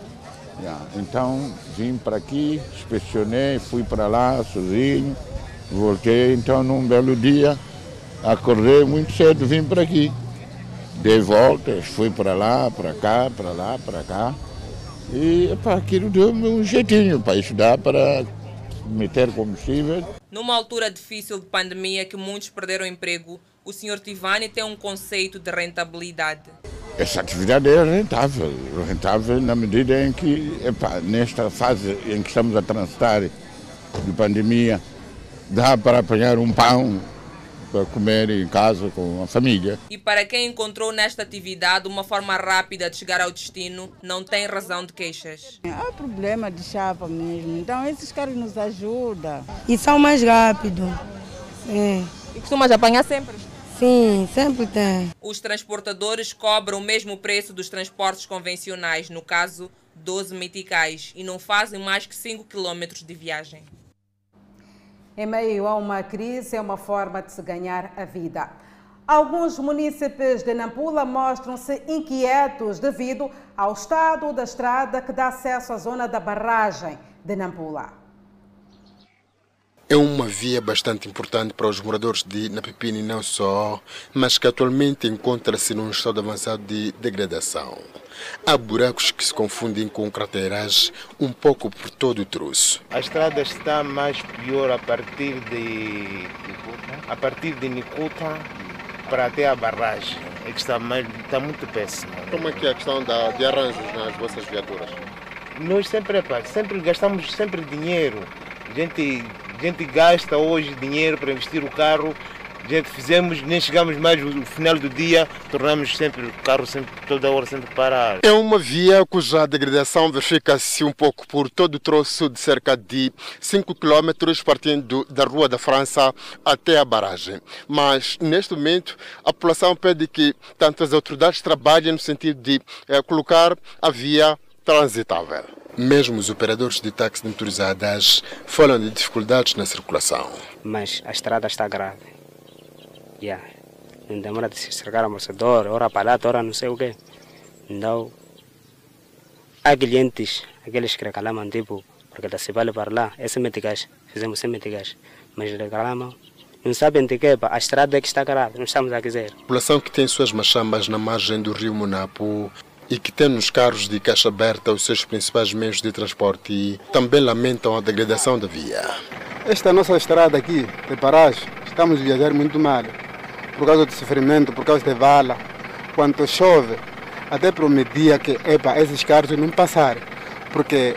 Então vim para aqui, inspecionei, fui para lá sozinho, voltei. Então num belo dia, acordei muito cedo, vim para aqui. Dei voltas, fui para lá, para cá, para lá, para cá. E aquilo deu-me um jeitinho para estudar, para meter combustível. Numa altura difícil de pandemia que muitos perderam emprego, o Sr. Tivane tem um conceito de rentabilidade. Essa atividade é rentável na medida em que, nesta fase em que estamos a transitar de pandemia, dá para apanhar um pão para comer em casa com a família. E para quem encontrou nesta atividade uma forma rápida de chegar ao destino, não tem razão de queixas. Há problema de chapa mesmo, então esses caras nos ajudam. E são mais rápidos. E costumas apanhar sempre? Sim, sempre tem. Os transportadores cobram o mesmo preço dos transportes convencionais, no caso 12 meticais, e não fazem mais que 5 km de viagem. Em meio a uma crise, é uma forma de se ganhar a vida. Alguns munícipes de Nampula mostram-se inquietos devido ao estado da estrada que dá acesso à zona da barragem de Nampula. É uma via bastante importante para os moradores de Napipini, não só, mas que atualmente encontra-se num estado avançado de degradação. Há buracos que se confundem com crateras um pouco por todo o troço. A estrada está mais pior a partir de Nicuta para até a barragem. É que está muito péssima. Como é que é a questão de arranjos nas vossas viaturas? Nós sempre gastamos dinheiro. A gente gasta hoje dinheiro para investir o carro. Nem chegamos mais no final do dia, tornamos sempre o carro toda hora sempre parar. É uma via cuja degradação verifica-se um pouco por todo o troço de cerca de 5 km partindo da Rua da França até a barragem. Mas neste momento a população pede que tanto as autoridades trabalhem no sentido de colocar a via transitável. Mesmo os operadores de táxi motorizadas falam de dificuldades na circulação. Mas a estrada está grave. Não demora de se cercar amortecedor, ora palata, ora não sei o quê. Então, há clientes, aqueles que reclamam, tipo, porque da Civale para lá, é semiticais, fizemos semiticais, mas reclamam, não sabem de quê, a estrada é que está grave, não estamos a dizer. A população que tem suas machambas na margem do rio Monapo e que tem nos carros de caixa aberta os seus principais meios de transporte também lamentam a degradação da via. Esta nossa estrada aqui, de paragem, estamos a viajar muito mal. Por causa do sofrimento, por causa da vala. Quando chove, até prometia que esses carros não passarem. Porque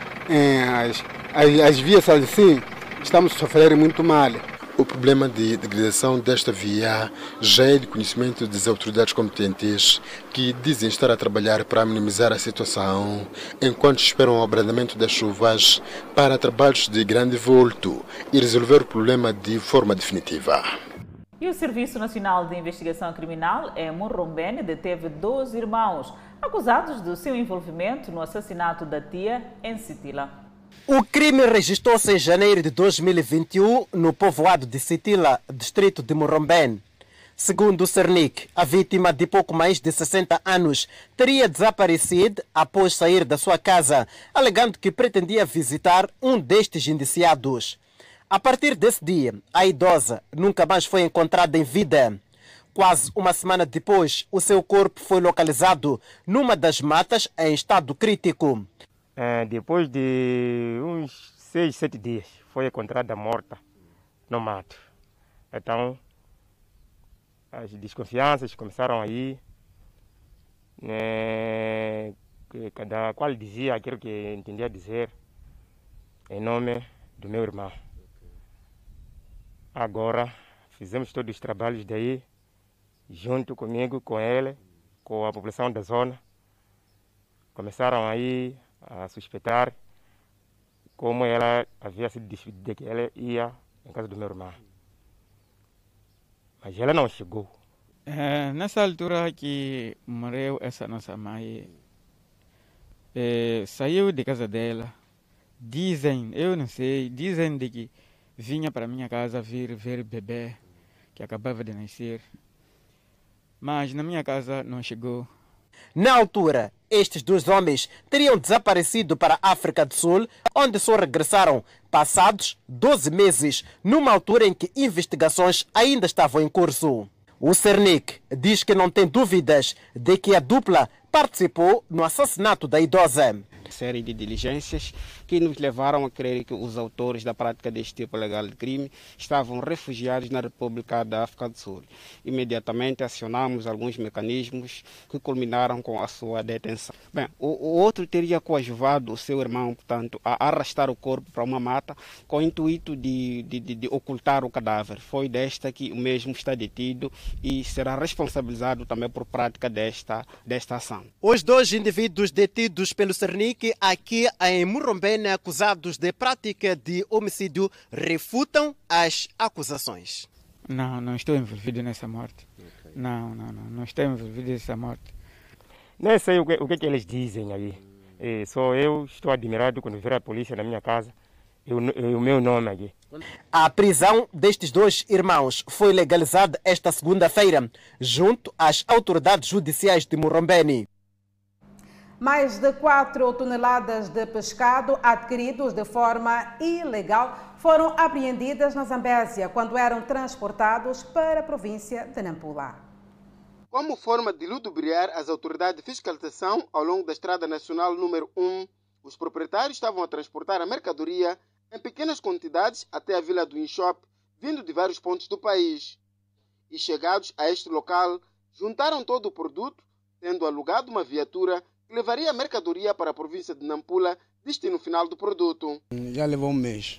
as vias assim, estamos a sofrer muito mal. O problema de degradação desta via já é de conhecimento das autoridades competentes, que dizem estar a trabalhar para minimizar a situação, enquanto esperam o abrandamento das chuvas para trabalhos de grande vulto e resolver o problema de forma definitiva. E o Serviço Nacional de Investigação Criminal, em Murrumbene, deteve 2 irmãos acusados do seu envolvimento no assassinato da tia em Sitila. O crime registrou-se em janeiro de 2021 no povoado de Sitila, distrito de Murrumbene. Segundo o Cernic, a vítima, de pouco mais de 60 anos, teria desaparecido após sair da sua casa, alegando que pretendia visitar um destes indiciados. A partir desse dia, a idosa nunca mais foi encontrada em vida. Quase uma semana depois, o seu corpo foi localizado numa das matas em estado crítico. Depois de uns 6, 7 dias, foi encontrada morta no mato. Então, as desconfianças começaram aí, cada qual dizia aquilo que entendia dizer em nome do meu irmão. Agora, fizemos todos os trabalhos daí, junto comigo, com ele, com a população da zona. Começaram aí a suspeitar como ela havia sido despedida, que ela ia em casa do meu irmão. Mas ela não chegou. Nessa altura que morreu essa nossa mãe, saiu de casa dela. Dizem, eu não sei, dizem de que vinha para minha casa vir ver bebê que acabava de nascer. Mas na minha casa não chegou. Na altura, estes 2 homens teriam desaparecido para a África do Sul, onde só regressaram passados 12 meses, numa altura em que investigações ainda estavam em curso. O Cernic diz que não tem dúvidas de que a dupla participou no assassinato da idosa. Série de diligências que nos levaram a crer que os autores da prática deste tipo legal de crime estavam refugiados na República da África do Sul. Imediatamente acionamos alguns mecanismos que culminaram com a sua detenção. Bem, o outro teria coadjuvado o seu irmão, portanto, a arrastar o corpo para uma mata com o intuito de ocultar o cadáver. Foi desta que o mesmo está detido e será responsabilizado também por prática desta ação. Os 2 indivíduos detidos pelo Cernic aqui em Murrombene, acusados de prática de homicídio, refutam as acusações. Não estou envolvido nessa morte. Não estou envolvido nessa morte. Nem sei o que eles dizem aí. Só eu estou admirado quando ver a polícia na minha casa e o meu nome aqui. A prisão destes 2 irmãos foi legalizada esta segunda-feira, junto às autoridades judiciais de Murrombene. Mais de 4 toneladas de pescado adquiridos de forma ilegal foram apreendidas na Zambésia quando eram transportados para a província de Nampula. Como forma de ludibriar as autoridades de fiscalização ao longo da Estrada Nacional número 1, os proprietários estavam a transportar a mercadoria em pequenas quantidades até a vila do Inshop, vindo de vários pontos do país. E chegados a este local, juntaram todo o produto, tendo alugado uma viatura que levaria a mercadoria para a província de Nampula, destino final do produto. Já levou um mês.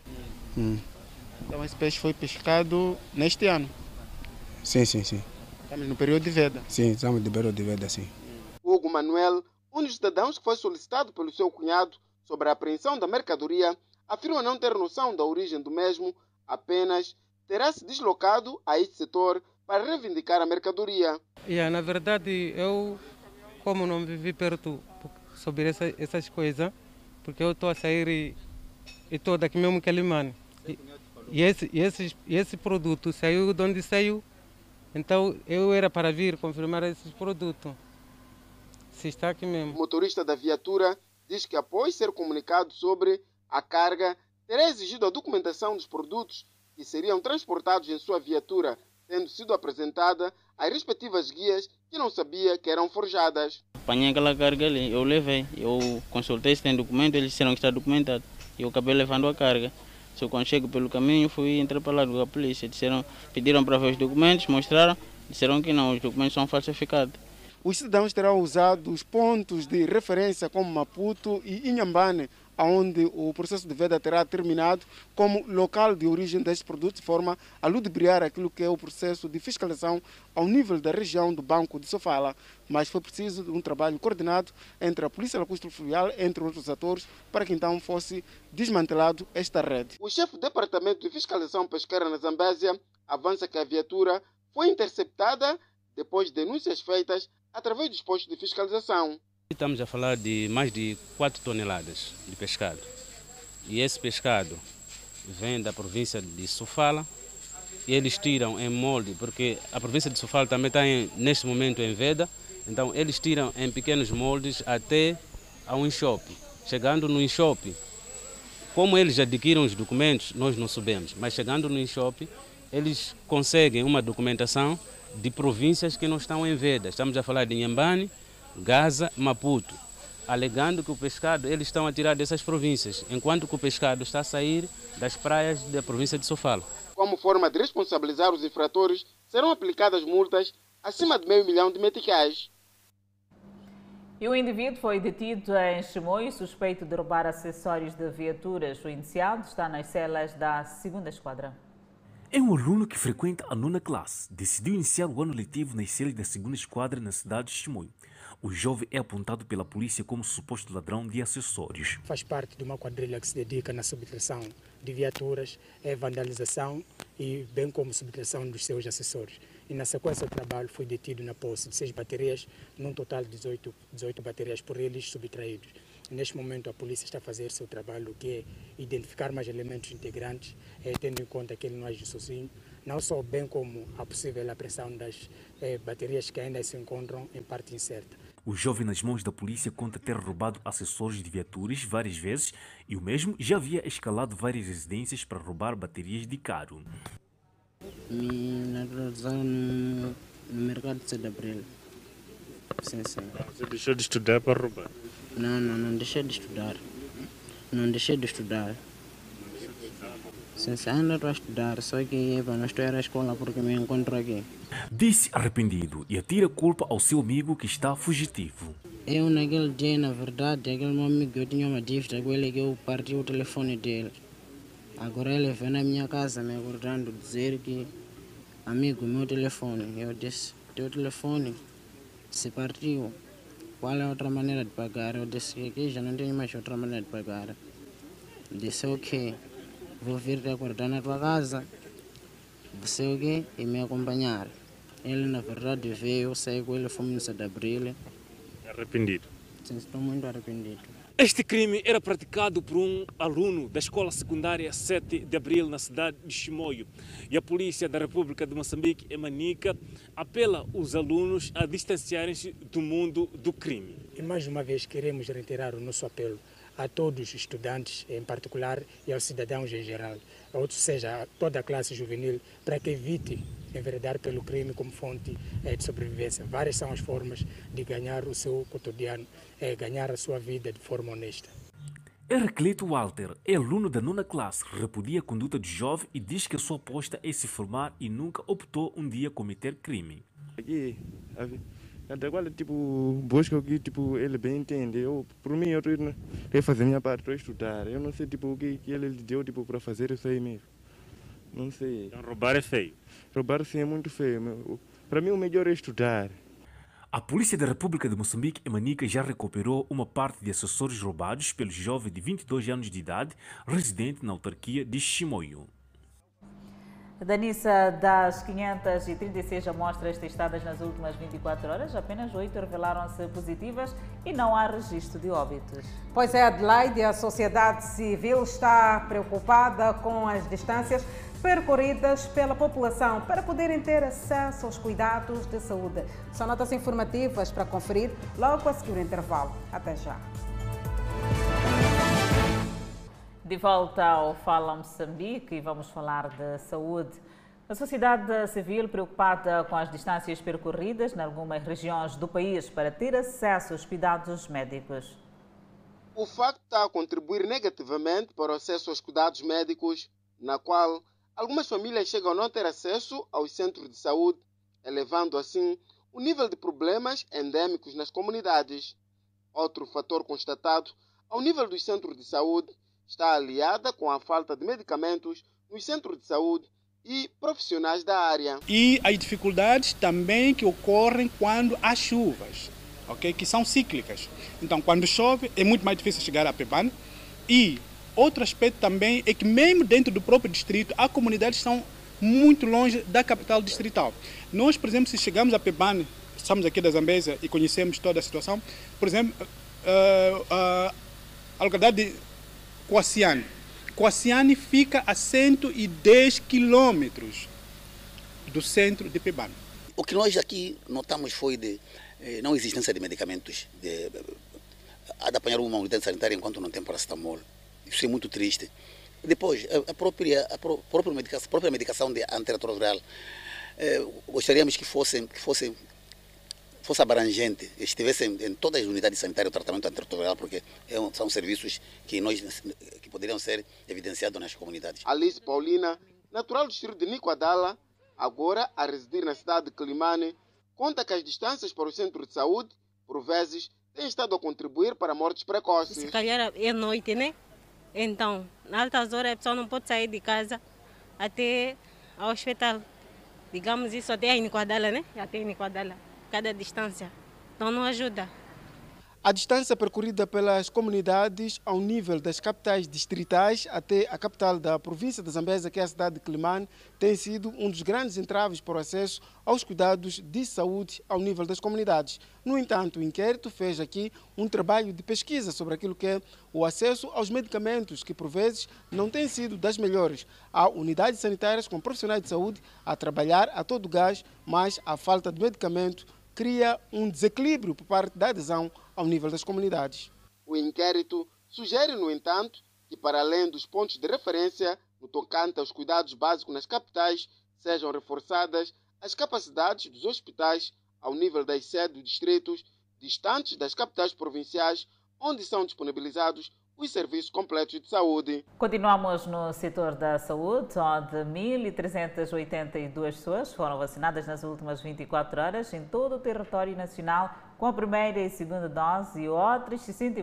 Então esse peixe foi pescado neste ano? Sim. Estamos no período de veda? Sim, estamos no período de veda, sim. Hugo Manuel, um dos cidadãos que foi solicitado pelo seu cunhado sobre a apreensão da mercadoria, afirma não ter noção da origem do mesmo, apenas terá se deslocado a este setor para reivindicar a mercadoria. Na verdade, eu, como não vivi perto sobre essas coisas, porque eu estou a sair e estou daqui mesmo que Limane. E esse produto saiu de onde saiu, então eu era para vir confirmar esses produtos. Se está aqui mesmo. O motorista da viatura diz que após ser comunicado sobre a carga, terá exigido a documentação dos produtos que seriam transportados em sua viatura, tendo sido apresentada às respectivas guias que não sabia que eram forjadas. Apanhei aquela carga ali, eu levei, eu consultei se tem documento, eles disseram que está documentado, e eu acabei levando a carga. Só quando chego pelo caminho fui entrar para lá com a polícia, pediram para ver os documentos, mostraram, disseram que não, os documentos são falsificados. Os cidadãos terão usado os pontos de referência como Maputo e Inhambane, onde o processo de veda terá terminado, como local de origem destes produtos, de forma a ludibriar aquilo que é o processo de fiscalização ao nível da região do Banco de Sofala. Mas foi preciso um trabalho coordenado entre a Polícia Lacustre Fluvial, entre outros atores, para que então fosse desmantelado esta rede. O chefe do Departamento de Fiscalização Pesqueira na Zambésia avança que a viatura foi interceptada depois de denúncias feitas através dos postos de fiscalização. Estamos a falar de mais de 4 toneladas de pescado. E esse pescado vem da província de Sofala e eles tiram em molde, porque a província de Sofala também está neste momento em veda, então eles tiram em pequenos moldes até ao Inshop. Chegando no Inshop, como eles adquiriram os documentos, nós não sabemos, mas chegando no Inshop, eles conseguem uma documentação de províncias que não estão em veda. Estamos a falar de Inhambane, Gaza, Maputo, alegando que o pescado eles estão a tirar dessas províncias, enquanto que o pescado está a sair das praias da província de Sofala. Como forma de responsabilizar os infratores, serão aplicadas multas acima de R$500 mil de meticais. E um indivíduo foi detido em Chimoio, suspeito de roubar acessórios de viaturas. O indiciado está nas celas da 2ª Esquadra. É um aluno que frequenta a 9ª classe. Decidiu iniciar o ano letivo nas celas da 2ª Esquadra na cidade de Chimoio. O jovem é apontado pela polícia como suposto ladrão de acessórios. Faz parte de uma quadrilha que se dedica na subtração de viaturas, vandalização e bem como subtração dos seus acessórios. E na sequência do trabalho foi detido na posse de 6 baterias, num total de 18 baterias por eles subtraídos. Neste momento a polícia está a fazer seu trabalho, que é identificar mais elementos integrantes, tendo em conta que ele não age sozinho, não só bem como a possível apreensão das baterias que ainda se encontram em parte incerta. O jovem nas mãos da polícia conta ter roubado acessórios de viaturas várias vezes e o mesmo já havia escalado várias residências para roubar baterias de carro. Na realização no mercado de 7 de abril. Sim. Você deixou de estudar para roubar? Não deixei de estudar. Não deixei de estudar. Sim, ainda estou a estudar, só que não estou a ir à escola porque me encontro aqui. Disse arrependido e atira a culpa ao seu amigo que está fugitivo. Eu, naquele dia, na verdade, aquele meu amigo, eu tinha uma dívida com ele que eu parti o telefone dele. Agora ele veio na minha casa me acordando, dizer que, amigo, meu telefone. Eu disse, teu telefone se partiu. Qual é a outra maneira de pagar? Eu disse que aqui já não tenho mais outra maneira de pagar. Disse, ok, vou vir te acordar na tua casa. Você, ok, e me acompanhar. Ele, na verdade, veio, saí com ele, fomos no 7 de Abril. Arrependido? Sim, estou muito arrependido. Este crime era praticado por um aluno da escola secundária 7 de Abril na cidade de Chimoio. E a polícia da República de Moçambique, em Manica, apela os alunos a distanciarem-se do mundo do crime. E mais uma vez queremos reiterar o nosso apelo a todos os estudantes em particular e aos cidadãos em geral, ou seja, a toda a classe juvenil, para que evite enveredar pelo crime como fonte de sobrevivência. Várias são as formas de ganhar o seu cotidiano, ganhar a sua vida de forma honesta. Heraclito Walter é aluno da 9ª classe, repudia a conduta do jovem e diz que a sua aposta é se formar e nunca optou um dia cometer crime. Aqui, até agora, busca o que ele bem entende. Por mim, eu estou a fazer minha parte, estou a estudar. Eu não sei o que ele deu para fazer isso aí mesmo. Não sei. Então, roubar é feio? Roubar sim é muito feio. Para mim, o melhor é estudar. A polícia da República de Moçambique, em Manica, já recuperou uma parte de acessórios roubados pelo jovem de 22 anos de idade, residente na autarquia de Chimoio. Danissa, das 536 amostras testadas nas últimas 24 horas, apenas 8 revelaram-se positivas e não há registro de óbitos. Pois é, Adelaide, a sociedade civil está preocupada com as distâncias percorridas pela população para poderem ter acesso aos cuidados de saúde. São notas informativas para conferir logo a seguir o intervalo. Até já. De volta ao Fala Moçambique e vamos falar de saúde. A sociedade civil, preocupada com as distâncias percorridas em algumas regiões do país para ter acesso aos cuidados médicos. O facto está a contribuir negativamente para o acesso aos cuidados médicos, na qual algumas famílias chegam a não ter acesso aos centros de saúde, elevando assim o nível de problemas endêmicos nas comunidades. Outro fator constatado ao nível dos centros de saúde está aliada com a falta de medicamentos nos centros de saúde e profissionais da área. E as dificuldades também que ocorrem quando há chuvas, okay? Que são cíclicas. Então, quando chove, é muito mais difícil chegar a Pebane. E outro aspecto também é que mesmo dentro do próprio distrito, há comunidades que estão muito longe da capital distrital. Nós, por exemplo, se chegamos a Pebane, estamos aqui da Zambésia e conhecemos toda a situação, por exemplo, a localidade de Coaciane. Coaciane fica a 110 quilômetros do centro de Pebane. O que nós aqui notamos foi de não existência de medicamentos, há de apanhar uma unidade sanitária enquanto não tem paracetamol. Isso é muito triste. Depois, a própria medicação de antirretroviral, gostaríamos que fosse abrangente, estivesse em todas as unidades sanitárias o tratamento antirretroviral, porque são serviços que poderiam ser evidenciados nas comunidades. Alice Paulina, natural do distrito de Nicoadala, agora a residir na cidade de Quilimane, conta que as distâncias para o centro de saúde, por vezes, têm estado a contribuir para mortes precoces. Se calhar é noite, né? Então, nas altas horas a pessoa não pode sair de casa até ao hospital. Digamos isso até a Nicoadala, né? Até a Nicoadala. Cada distância, então não ajuda. A distância percorrida pelas comunidades ao nível das capitais distritais até a capital da província de Zambésia, que é a cidade de Quilimane, tem sido um dos grandes entraves para o acesso aos cuidados de saúde ao nível das comunidades. No entanto, o inquérito fez aqui um trabalho de pesquisa sobre aquilo que é o acesso aos medicamentos, que por vezes não tem sido das melhores. Há unidades sanitárias com profissionais de saúde a trabalhar a todo gás, mas a falta de medicamento cria um desequilíbrio por parte da adesão ao nível das comunidades. O inquérito sugere, no entanto, que para além dos pontos de referência no tocante aos cuidados básicos nas capitais, sejam reforçadas as capacidades dos hospitais ao nível das sedes dos distritos distantes das capitais provinciais, onde são disponibilizados os serviços completos de saúde. Continuamos no setor da saúde, onde 1.382 pessoas foram vacinadas nas últimas 24 horas em todo o território nacional com a primeira e segunda dose e outros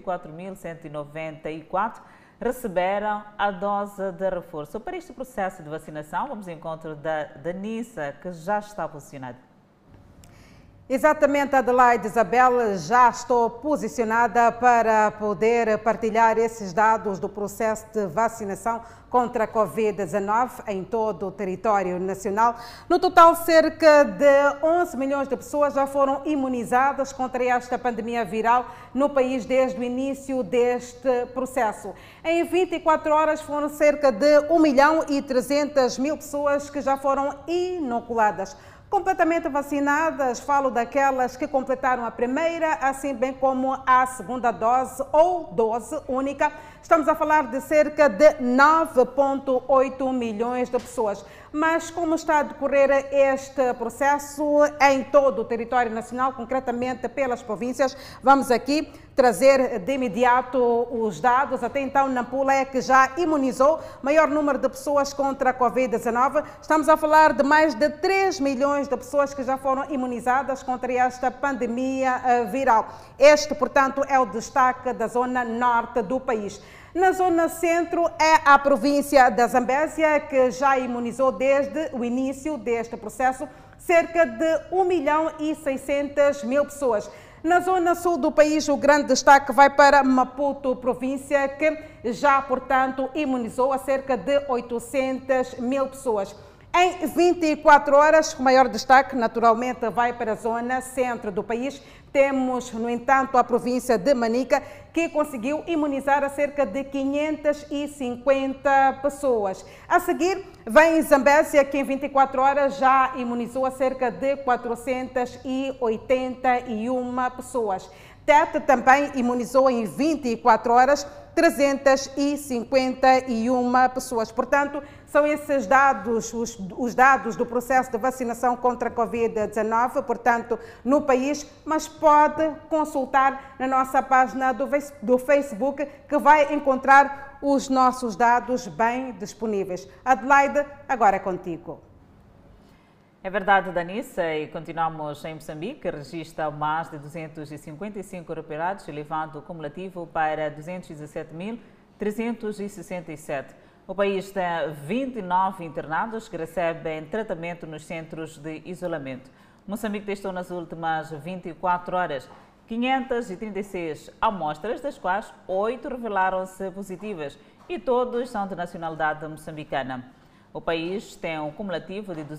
64.194 receberam a dose de reforço. Para este processo de vacinação, vamos ao encontro da Danissa, que já está posicionada. Exatamente, Adelaide Isabel, já estou posicionada para poder partilhar esses dados do processo de vacinação contra a Covid-19 em todo o território nacional. No total, cerca de 11 milhões de pessoas já foram imunizadas contra esta pandemia viral no país desde o início deste processo. Em 24 horas foram cerca de 1.300.000 pessoas que já foram inoculadas. Completamente vacinadas, falo daquelas que completaram a primeira, assim bem como a segunda dose ou dose única. Estamos a falar de cerca de 9,8 milhões de pessoas. Mas como está a decorrer este processo em todo o território nacional, concretamente pelas províncias, vamos aqui trazer de imediato os dados. Até então, Nampula é que já imunizou maior número de pessoas contra a Covid-19. Estamos a falar de mais de 3 milhões de pessoas que já foram imunizadas contra esta pandemia viral. Este, portanto, é o destaque da zona norte do país. Na zona centro é a província da Zambésia, que já imunizou desde o início deste processo cerca de 1.600.000 pessoas. Na zona sul do país, o grande destaque vai para Maputo, província que já, portanto, imunizou a cerca de 800.000 pessoas. Em 24 horas, o maior destaque, naturalmente, vai para a zona centro do país. Temos, no entanto, a província de Manica, que conseguiu imunizar a cerca de 550 pessoas. A seguir, vem Zambésia, que em 24 horas já imunizou a cerca de 481 pessoas. Tete também imunizou em 24 horas 351 pessoas. Portanto, são esses dados, os dados do processo de vacinação contra a Covid-19, portanto, no país, mas pode consultar na nossa página do Facebook, que vai encontrar os nossos dados bem disponíveis. Adelaide, agora é contigo. É verdade, Danissa, e continuamos em Moçambique, que registra mais de 255 recuperados, elevando o cumulativo para 217.367. O país tem 29 internados que recebem tratamento nos centros de isolamento. Moçambique testou nas últimas 24 horas 536 amostras, das quais 8 revelaram-se positivas e todos são de nacionalidade moçambicana. O país tem um cumulativo de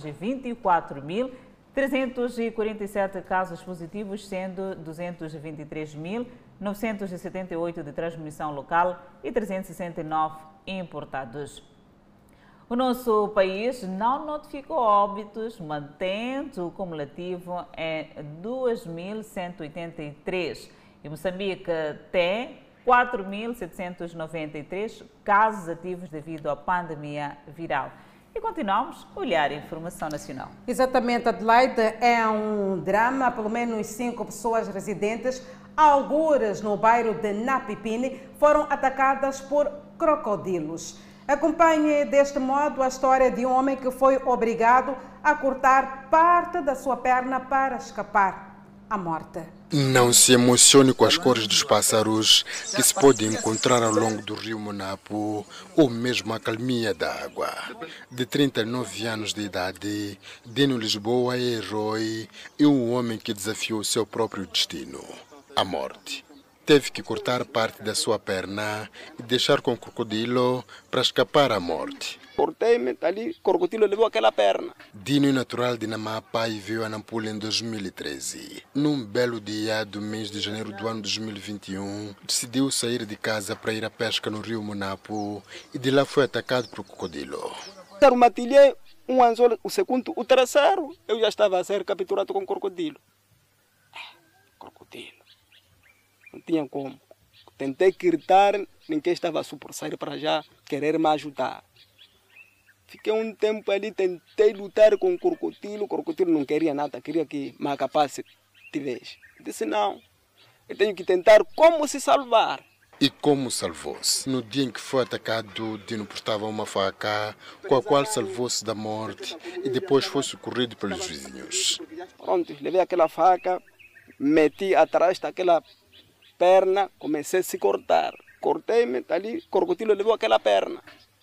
224.347 casos positivos, sendo 223.978 de transmissão local e 369 importados. O nosso país não notificou óbitos, mantendo o cumulativo em 2.183. E Moçambique tem 4.793 casos ativos devido à pandemia viral. E continuamos a olhar a informação nacional. Exatamente, Adelaide, é um drama. Pelo menos 5 pessoas residentes, algures no bairro de Napipini, foram atacadas por crocodilos. Acompanhe deste modo a história de um homem que foi obrigado a cortar parte da sua perna para escapar à morte. Não se emocione com as cores dos pássaros que se podem encontrar ao longo do rio Monapo ou mesmo a calminha da água. De 39 anos de idade, Dino Lisboa é herói e um homem que desafiou seu próprio destino, a morte. Teve que cortar parte da sua perna e deixar com o crocodilo para escapar à morte. Cortei-me, ali, o crocodilo levou aquela perna. Dino é natural de Namapa e veio a Nampula em 2013. Num belo dia do mês de janeiro do ano 2021, decidiu sair de casa para ir à pesca no rio Monapo e de lá foi atacado por crocodilo. Eu matilhei um anzol, o segundo, o terceiro, eu já estava a ser capturado com crocodilo. Crocodilo. Não tinha como. Tentei gritar, ninguém estava a suportar para já querer me ajudar. Fiquei um tempo ali, tentei lutar com o crocodilo não queria nada, queria que me acabasse de vez. Disse não, eu tenho que tentar como se salvar. E como salvou-se? No dia em que foi atacado, Dino portava uma faca com a qual salvou-se da morte e depois foi socorrido pelos vizinhos. Pronto, levei aquela faca, meti atrás daquela perna, comecei a se cortar. Cortei-me, ali, o crocodilo levou aquela perna.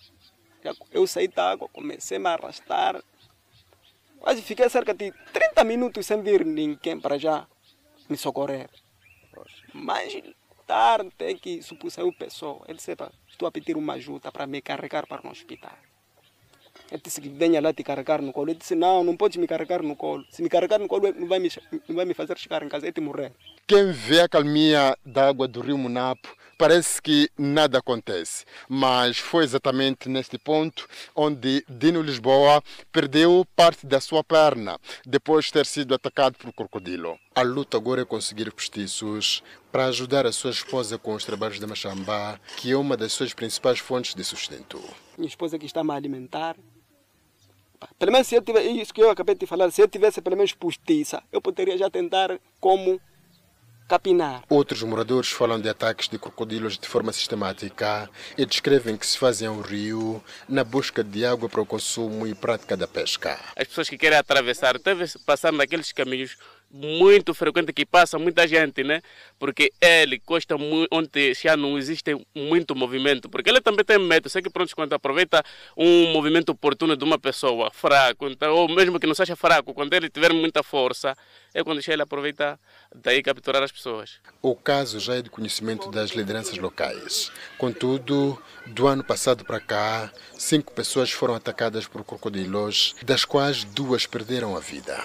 Eu saí da água, comecei a me arrastar. Quase fiquei cerca de 30 minutos sem vir ninguém para já me socorrer. Mas tarde que supusei o pessoal. Ele disse, estou a pedir uma ajuda para me carregar para o hospital. Ele disse que venha lá te carregar no colo. Ele disse, não podes me carregar no colo. Se me carregar no colo, não vai me fazer chegar em casa e te morrer. Quem vê a calmia da água do rio Munapo, parece que nada acontece. Mas foi exatamente neste ponto onde Dino Lisboa perdeu parte da sua perna, depois de ter sido atacado por crocodilo. A luta agora é conseguir postiços para ajudar a sua esposa com os trabalhos da Machamba, que é uma das suas principais fontes de sustento. Minha esposa que está a me alimentar. Pelo menos se eu tivesse, isso que eu acabei de falar, se eu tivesse pelo menos postiça, eu poderia já tentar como capinar. Outros moradores falam de ataques de crocodilos de forma sistemática e descrevem que se fazem ao rio na busca de água para o consumo e prática da pesca. As pessoas que querem atravessar devem passar naqueles caminhos muito frequentes que passa muita gente, né? Porque ele gosta muito, onde já não existe muito movimento, porque ele também tem medo. Sei que pronto, quando aproveita um movimento oportuno de uma pessoa fraco, então, ou mesmo que não seja fraco, quando ele tiver muita força, é quando ele aproveita daí capturar as pessoas. O caso já é de conhecimento das lideranças locais. Contudo, do ano passado para cá, 5 pessoas foram atacadas por crocodilos, das quais 2 perderam a vida.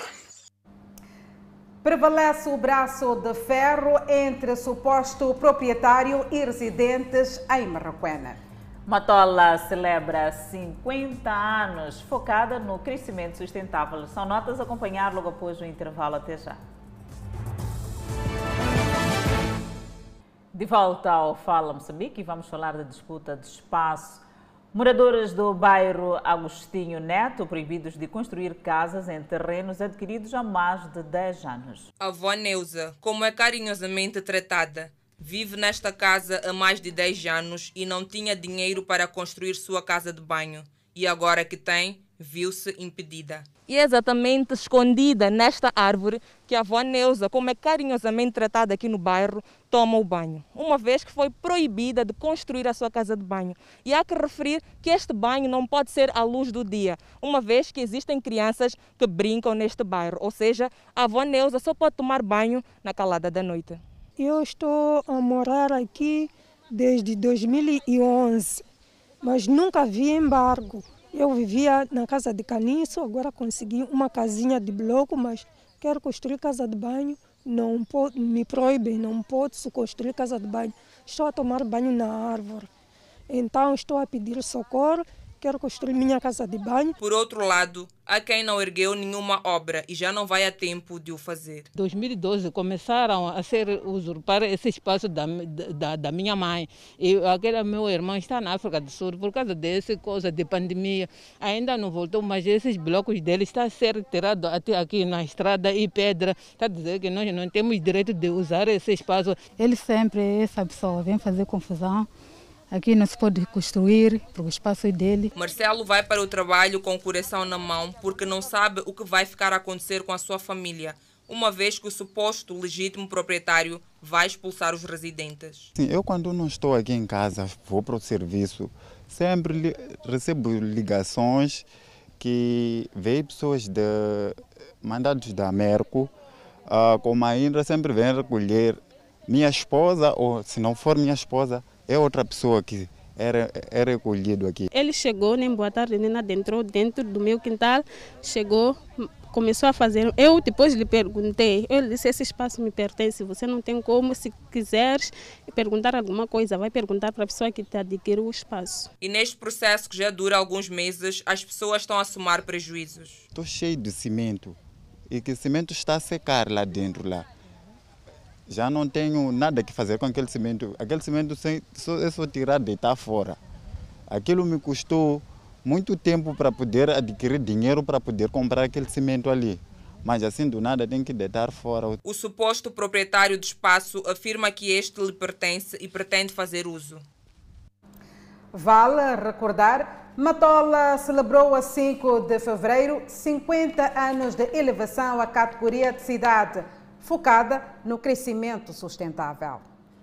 Prevalece o braço de ferro entre suposto proprietário e residentes em Marraquena. Matola celebra 50 anos focada no crescimento sustentável. São notas a acompanhar logo após o intervalo. Até já. De volta ao Fala Moçambique, vamos falar da disputa de espaço. Moradores do bairro Agostinho Neto proibidos de construir casas em terrenos adquiridos há mais de 10 anos. A avó Neuza, como é carinhosamente tratada, vive nesta casa há mais de 10 anos e não tinha dinheiro para construir sua casa de banho. E agora que tem, viu-se impedida. E é exatamente escondida nesta árvore que a avó Neuza, como é carinhosamente tratada aqui no bairro, toma o banho. Uma vez que foi proibida de construir a sua casa de banho. E há que referir que este banho não pode ser à luz do dia, uma vez que existem crianças que brincam neste bairro. Ou seja, a avó Neuza só pode tomar banho na calada da noite. Eu estou a morar aqui desde 2011, mas nunca vi embargo. Eu vivia na casa de caniço, agora consegui uma casinha de bloco, mas quero construir casa de banho, não pode, me proíbem, não posso construir casa de banho. Estou a tomar banho na árvore, então estou a pedir socorro, quero construir minha casa de banho. Por outro lado, há quem não ergueu nenhuma obra e já não vai a tempo de o fazer. Em 2012 começaram a ser usurpar esse espaço da minha mãe. E aquele meu irmão está na África do Sul por causa dessa coisa de pandemia. Ainda não voltou, mas esses blocos dele estão a ser retirados até aqui na estrada e pedra. Está a dizer que nós não temos direito de usar esse espaço. Ele sempre é essa pessoa, vem fazer confusão. Aqui não se pode construir, porque o espaço é dele. Marcelo vai para o trabalho com o coração na mão, porque não sabe o que vai ficar a acontecer com a sua família, uma vez que o suposto legítimo proprietário vai expulsar os residentes. Sim, eu quando não estou aqui em casa, vou para o serviço, sempre recebo ligações que veio pessoas mandados da Merco, como ainda sempre vem recolher minha esposa, ou se não for minha esposa, é outra pessoa que é recolhido aqui. Ele chegou, nem boa tarde, nem nada, entrou dentro do meu quintal, chegou, começou a fazer. Eu depois lhe perguntei, ele disse, esse espaço me pertence, você não tem como, se quiseres perguntar alguma coisa, vai perguntar para a pessoa que te adquiriu o espaço. E neste processo que já dura alguns meses, as pessoas estão a somar prejuízos. Estou cheio de cimento e que o cimento está a secar lá dentro. Já não tenho nada que fazer com aquele cimento. Aquele cimento é só tirar e deitar fora. Aquilo me custou muito tempo para poder adquirir dinheiro para poder comprar aquele cimento ali. mas assim do nada tem que deitar fora. O suposto proprietário do espaço afirma que este lhe pertence e pretende fazer uso. Vale recordar, Matola celebrou a 5 de fevereiro 50 anos de elevação à categoria de cidade, focada no crescimento sustentável.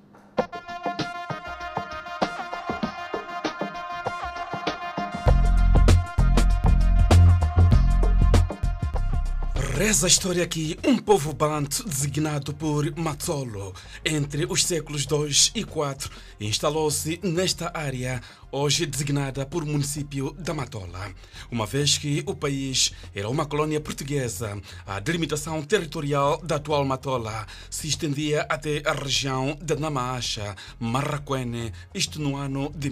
Reza a história que um povo banto designado por Matsolo entre os séculos 2 e 4 instalou-se nesta área, hoje designada por município da Matola. Uma vez que o país era uma colônia portuguesa, a delimitação territorial da atual Matola se estendia até a região de Namacha, Marraquene, isto no ano de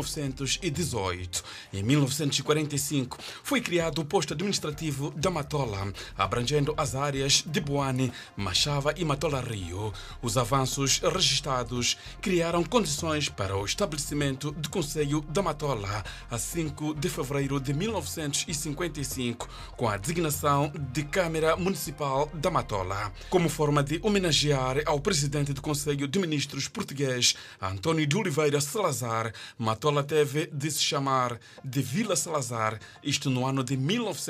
1918. Em 1945 foi criado o posto administrativo da Matola, abrangendo as áreas de Boane, Machava e Matola Rio. Os avanços registados criaram condições para o estabelecimento do Conselho da Matola a 5 de fevereiro de 1955, com a designação de Câmara Municipal da Matola. Como forma de homenagear ao presidente do Conselho de Ministros português, António de Oliveira Salazar, Matola teve de se chamar de Vila Salazar, isto no ano de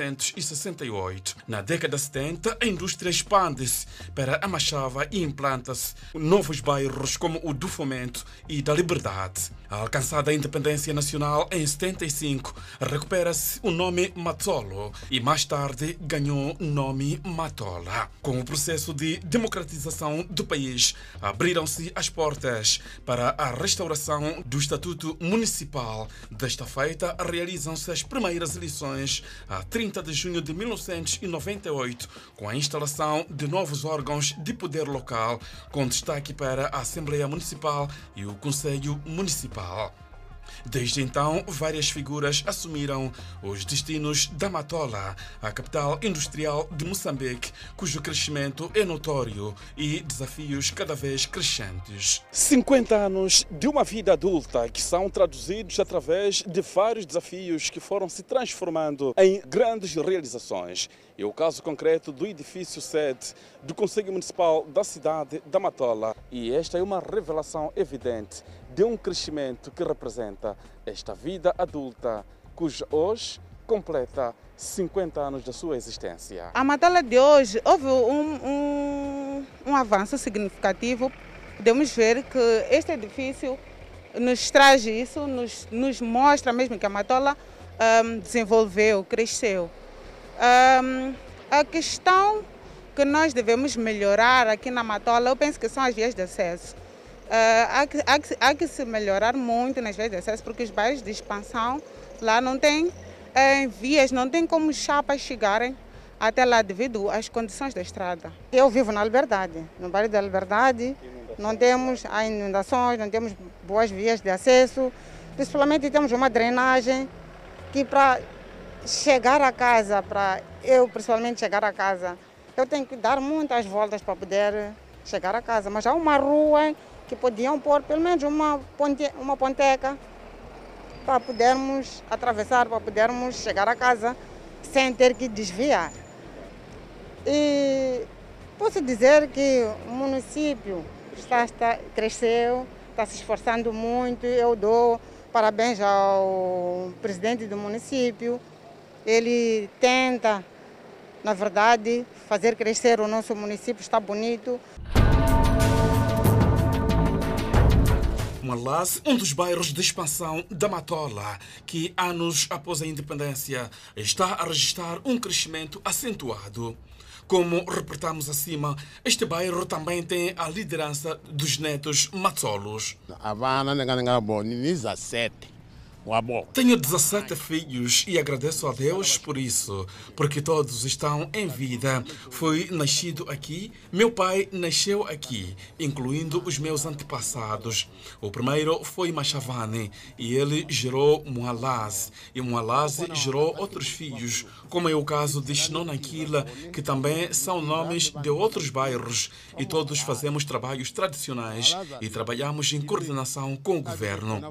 1968. Na década 70, a indústria expande-se para a Machava e implanta-se novos bairros como o do Fomento e da Liberdade. Alcançada a independência nacional em 75, recupera-se o nome Matsolo e mais tarde ganhou o nome Matola. Com o processo de democratização do país, abriram-se as portas para a restauração do Estatuto Municipal. Desta feita, realizam-se as primeiras eleições a 30 de junho de 1998, com a instalação de novos órgãos de poder local, com destaque para a Assembleia Municipal e o Conselho Municipal. Desde então, várias figuras assumiram os destinos da Matola, a capital industrial de Moçambique, cujo crescimento é notório e desafios cada vez crescentes. 50 anos de uma vida adulta que são traduzidos através de vários desafios que foram se transformando em grandes realizações. É o caso concreto do edifício sede do Conselho Municipal da cidade da Matola. E esta é uma revelação evidente de um crescimento que representa esta vida adulta, cuja hoje completa 50 anos da sua existência. A Matola de hoje houve um avanço significativo. Podemos ver que este edifício nos traz isso, nos mostra mesmo que a Matola desenvolveu, cresceu. A questão que nós devemos melhorar aqui na Matola, eu penso que são as vias de acesso. Há que se melhorar muito nas vias de acesso, porque os bairros de expansão lá não tem vias, não tem como chapas chegarem até lá devido às condições da estrada. Eu vivo na Liberdade, no bairro da Liberdade, não temos inundações, não temos boas vias de acesso, principalmente temos uma drenagem que para chegar a casa, para eu principalmente chegar a casa, eu tenho que dar muitas voltas para poder chegar a casa, mas há uma rua que podiam pôr pelo menos uma ponteca para podermos atravessar, para podermos chegar a casa sem ter que desviar. E posso dizer que o município cresceu, está se esforçando muito. Eu dou parabéns ao presidente do município. Ele tenta, na verdade, fazer crescer o nosso município, está bonito. Moalaz, um dos bairros de expansão da Matola, que anos após a independência está a registrar um crescimento acentuado. Como reportamos acima, este bairro também tem a liderança dos netos Matsolos. Tenho 17 filhos e agradeço a Deus por isso, porque todos estão em vida. Fui nascido aqui, meu pai nasceu aqui, incluindo os meus antepassados. O primeiro foi Machavane e ele gerou Moalaz, e Moalaz gerou outros filhos, como é o caso de Xinonanquila, que também são nomes de outros bairros, e todos fazemos trabalhos tradicionais e trabalhamos em coordenação com o governo.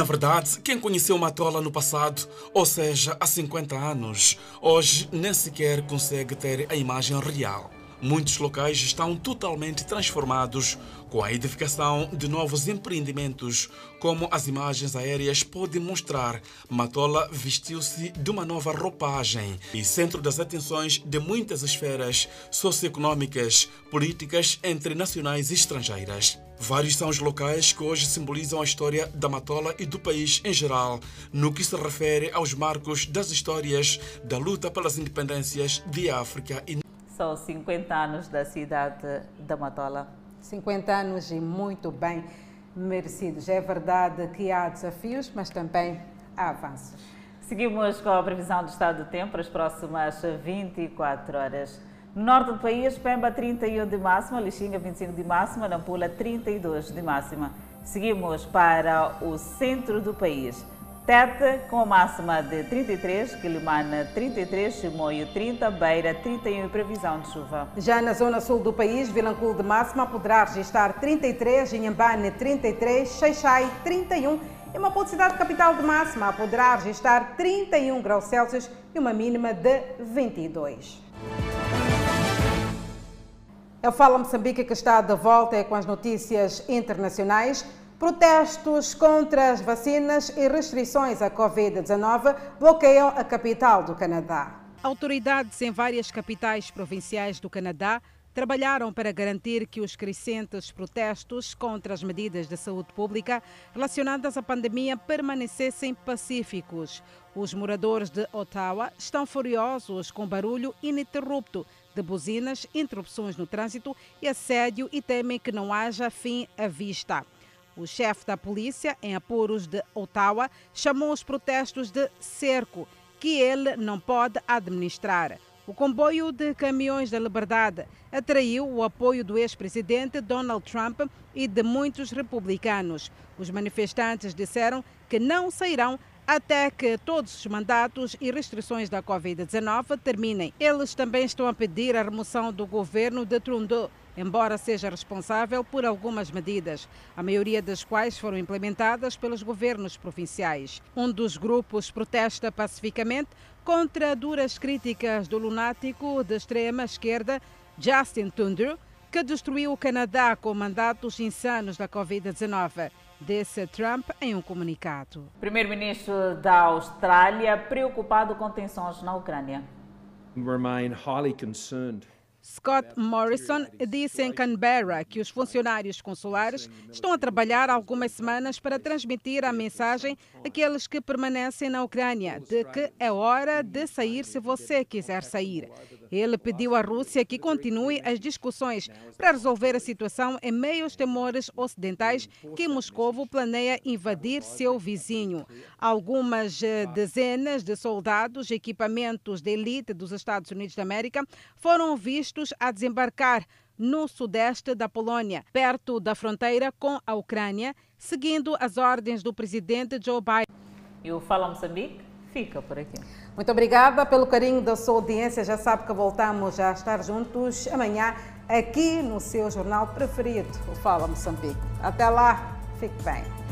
verdade, quem conheceu Matola no passado, ou seja, há 50 anos, hoje nem sequer consegue ter a imagem real. Muitos locais estão totalmente transformados com a edificação de novos empreendimentos, como as imagens aéreas podem mostrar. Matola vestiu-se de uma nova roupagem e centro das atenções de muitas esferas socioeconômicas, políticas entre nacionais e estrangeiras. Vários são os locais que hoje simbolizam a história da Matola e do país em geral, no que se refere aos marcos das histórias da luta pelas independências de África e São 50 anos da cidade da Matola. 50 anos e muito bem merecidos. É verdade que há desafios, mas também há avanços. Seguimos com a previsão do estado do tempo para as próximas 24 horas. No norte do país, Pemba 31 de máxima, Lixinga 25 de máxima, Nampula 32 de máxima. Seguimos para o centro do país. Tete com a máxima de 33, Quilimana 33, Chimoio 30, Beira 31 e previsão de chuva. Já na zona sul do país, Vilanculo de máxima poderá registrar 33, Inhambane 33, Xaixai 31 e Maputo, cidade capital de máxima, poderá registrar 31 graus Celsius e uma mínima de 22. Eu Fala Moçambique que está de volta com as notícias internacionais. Protestos contra as vacinas e restrições à Covid-19 bloqueiam a capital do Canadá. Autoridades em várias capitais provinciais do Canadá trabalharam para garantir que os crescentes protestos contra as medidas de saúde pública relacionadas à pandemia permanecessem pacíficos. Os moradores de Ottawa estão furiosos com barulho ininterrupto de buzinas, interrupções no trânsito e assédio e temem que não haja fim à vista. O chefe da polícia, em apuros de Ottawa, chamou os protestos de cerco, que ele não pode administrar. O comboio de caminhões da Liberdade atraiu o apoio do ex-presidente Donald Trump e de muitos republicanos. Os manifestantes disseram que não sairão até que todos os mandatos e restrições da Covid-19 terminem. Eles também estão a pedir a remoção do governo de Trudeau, embora seja responsável por algumas medidas, a maioria das quais foram implementadas pelos governos provinciais. Um dos grupos protesta pacificamente contra duras críticas do lunático de extrema-esquerda Justin Trudeau, que destruiu o Canadá com mandatos insanos da Covid-19, disse Trump em um comunicado. Primeiro-ministro da Austrália preocupado com tensões na Ucrânia. Remain highly concerned. Scott Morrison disse em Canberra que os funcionários consulares estão a trabalhar há algumas semanas para transmitir a mensagem àqueles que permanecem na Ucrânia de que é hora de sair se você quiser sair. Ele pediu à Rússia que continue as discussões para resolver a situação em meio aos temores ocidentais que Moscovo planeia invadir seu vizinho. Algumas dezenas de soldados e equipamentos de elite dos Estados Unidos da América foram vistos a desembarcar no sudeste da Polônia, perto da fronteira com a Ucrânia, seguindo as ordens do presidente Joe Biden. E o Fala Moçambique fica por aqui. Muito obrigada pelo carinho da sua audiência. Já sabe que voltamos a estar juntos amanhã aqui no seu jornal preferido, o Fala Moçambique. Até lá, fique bem.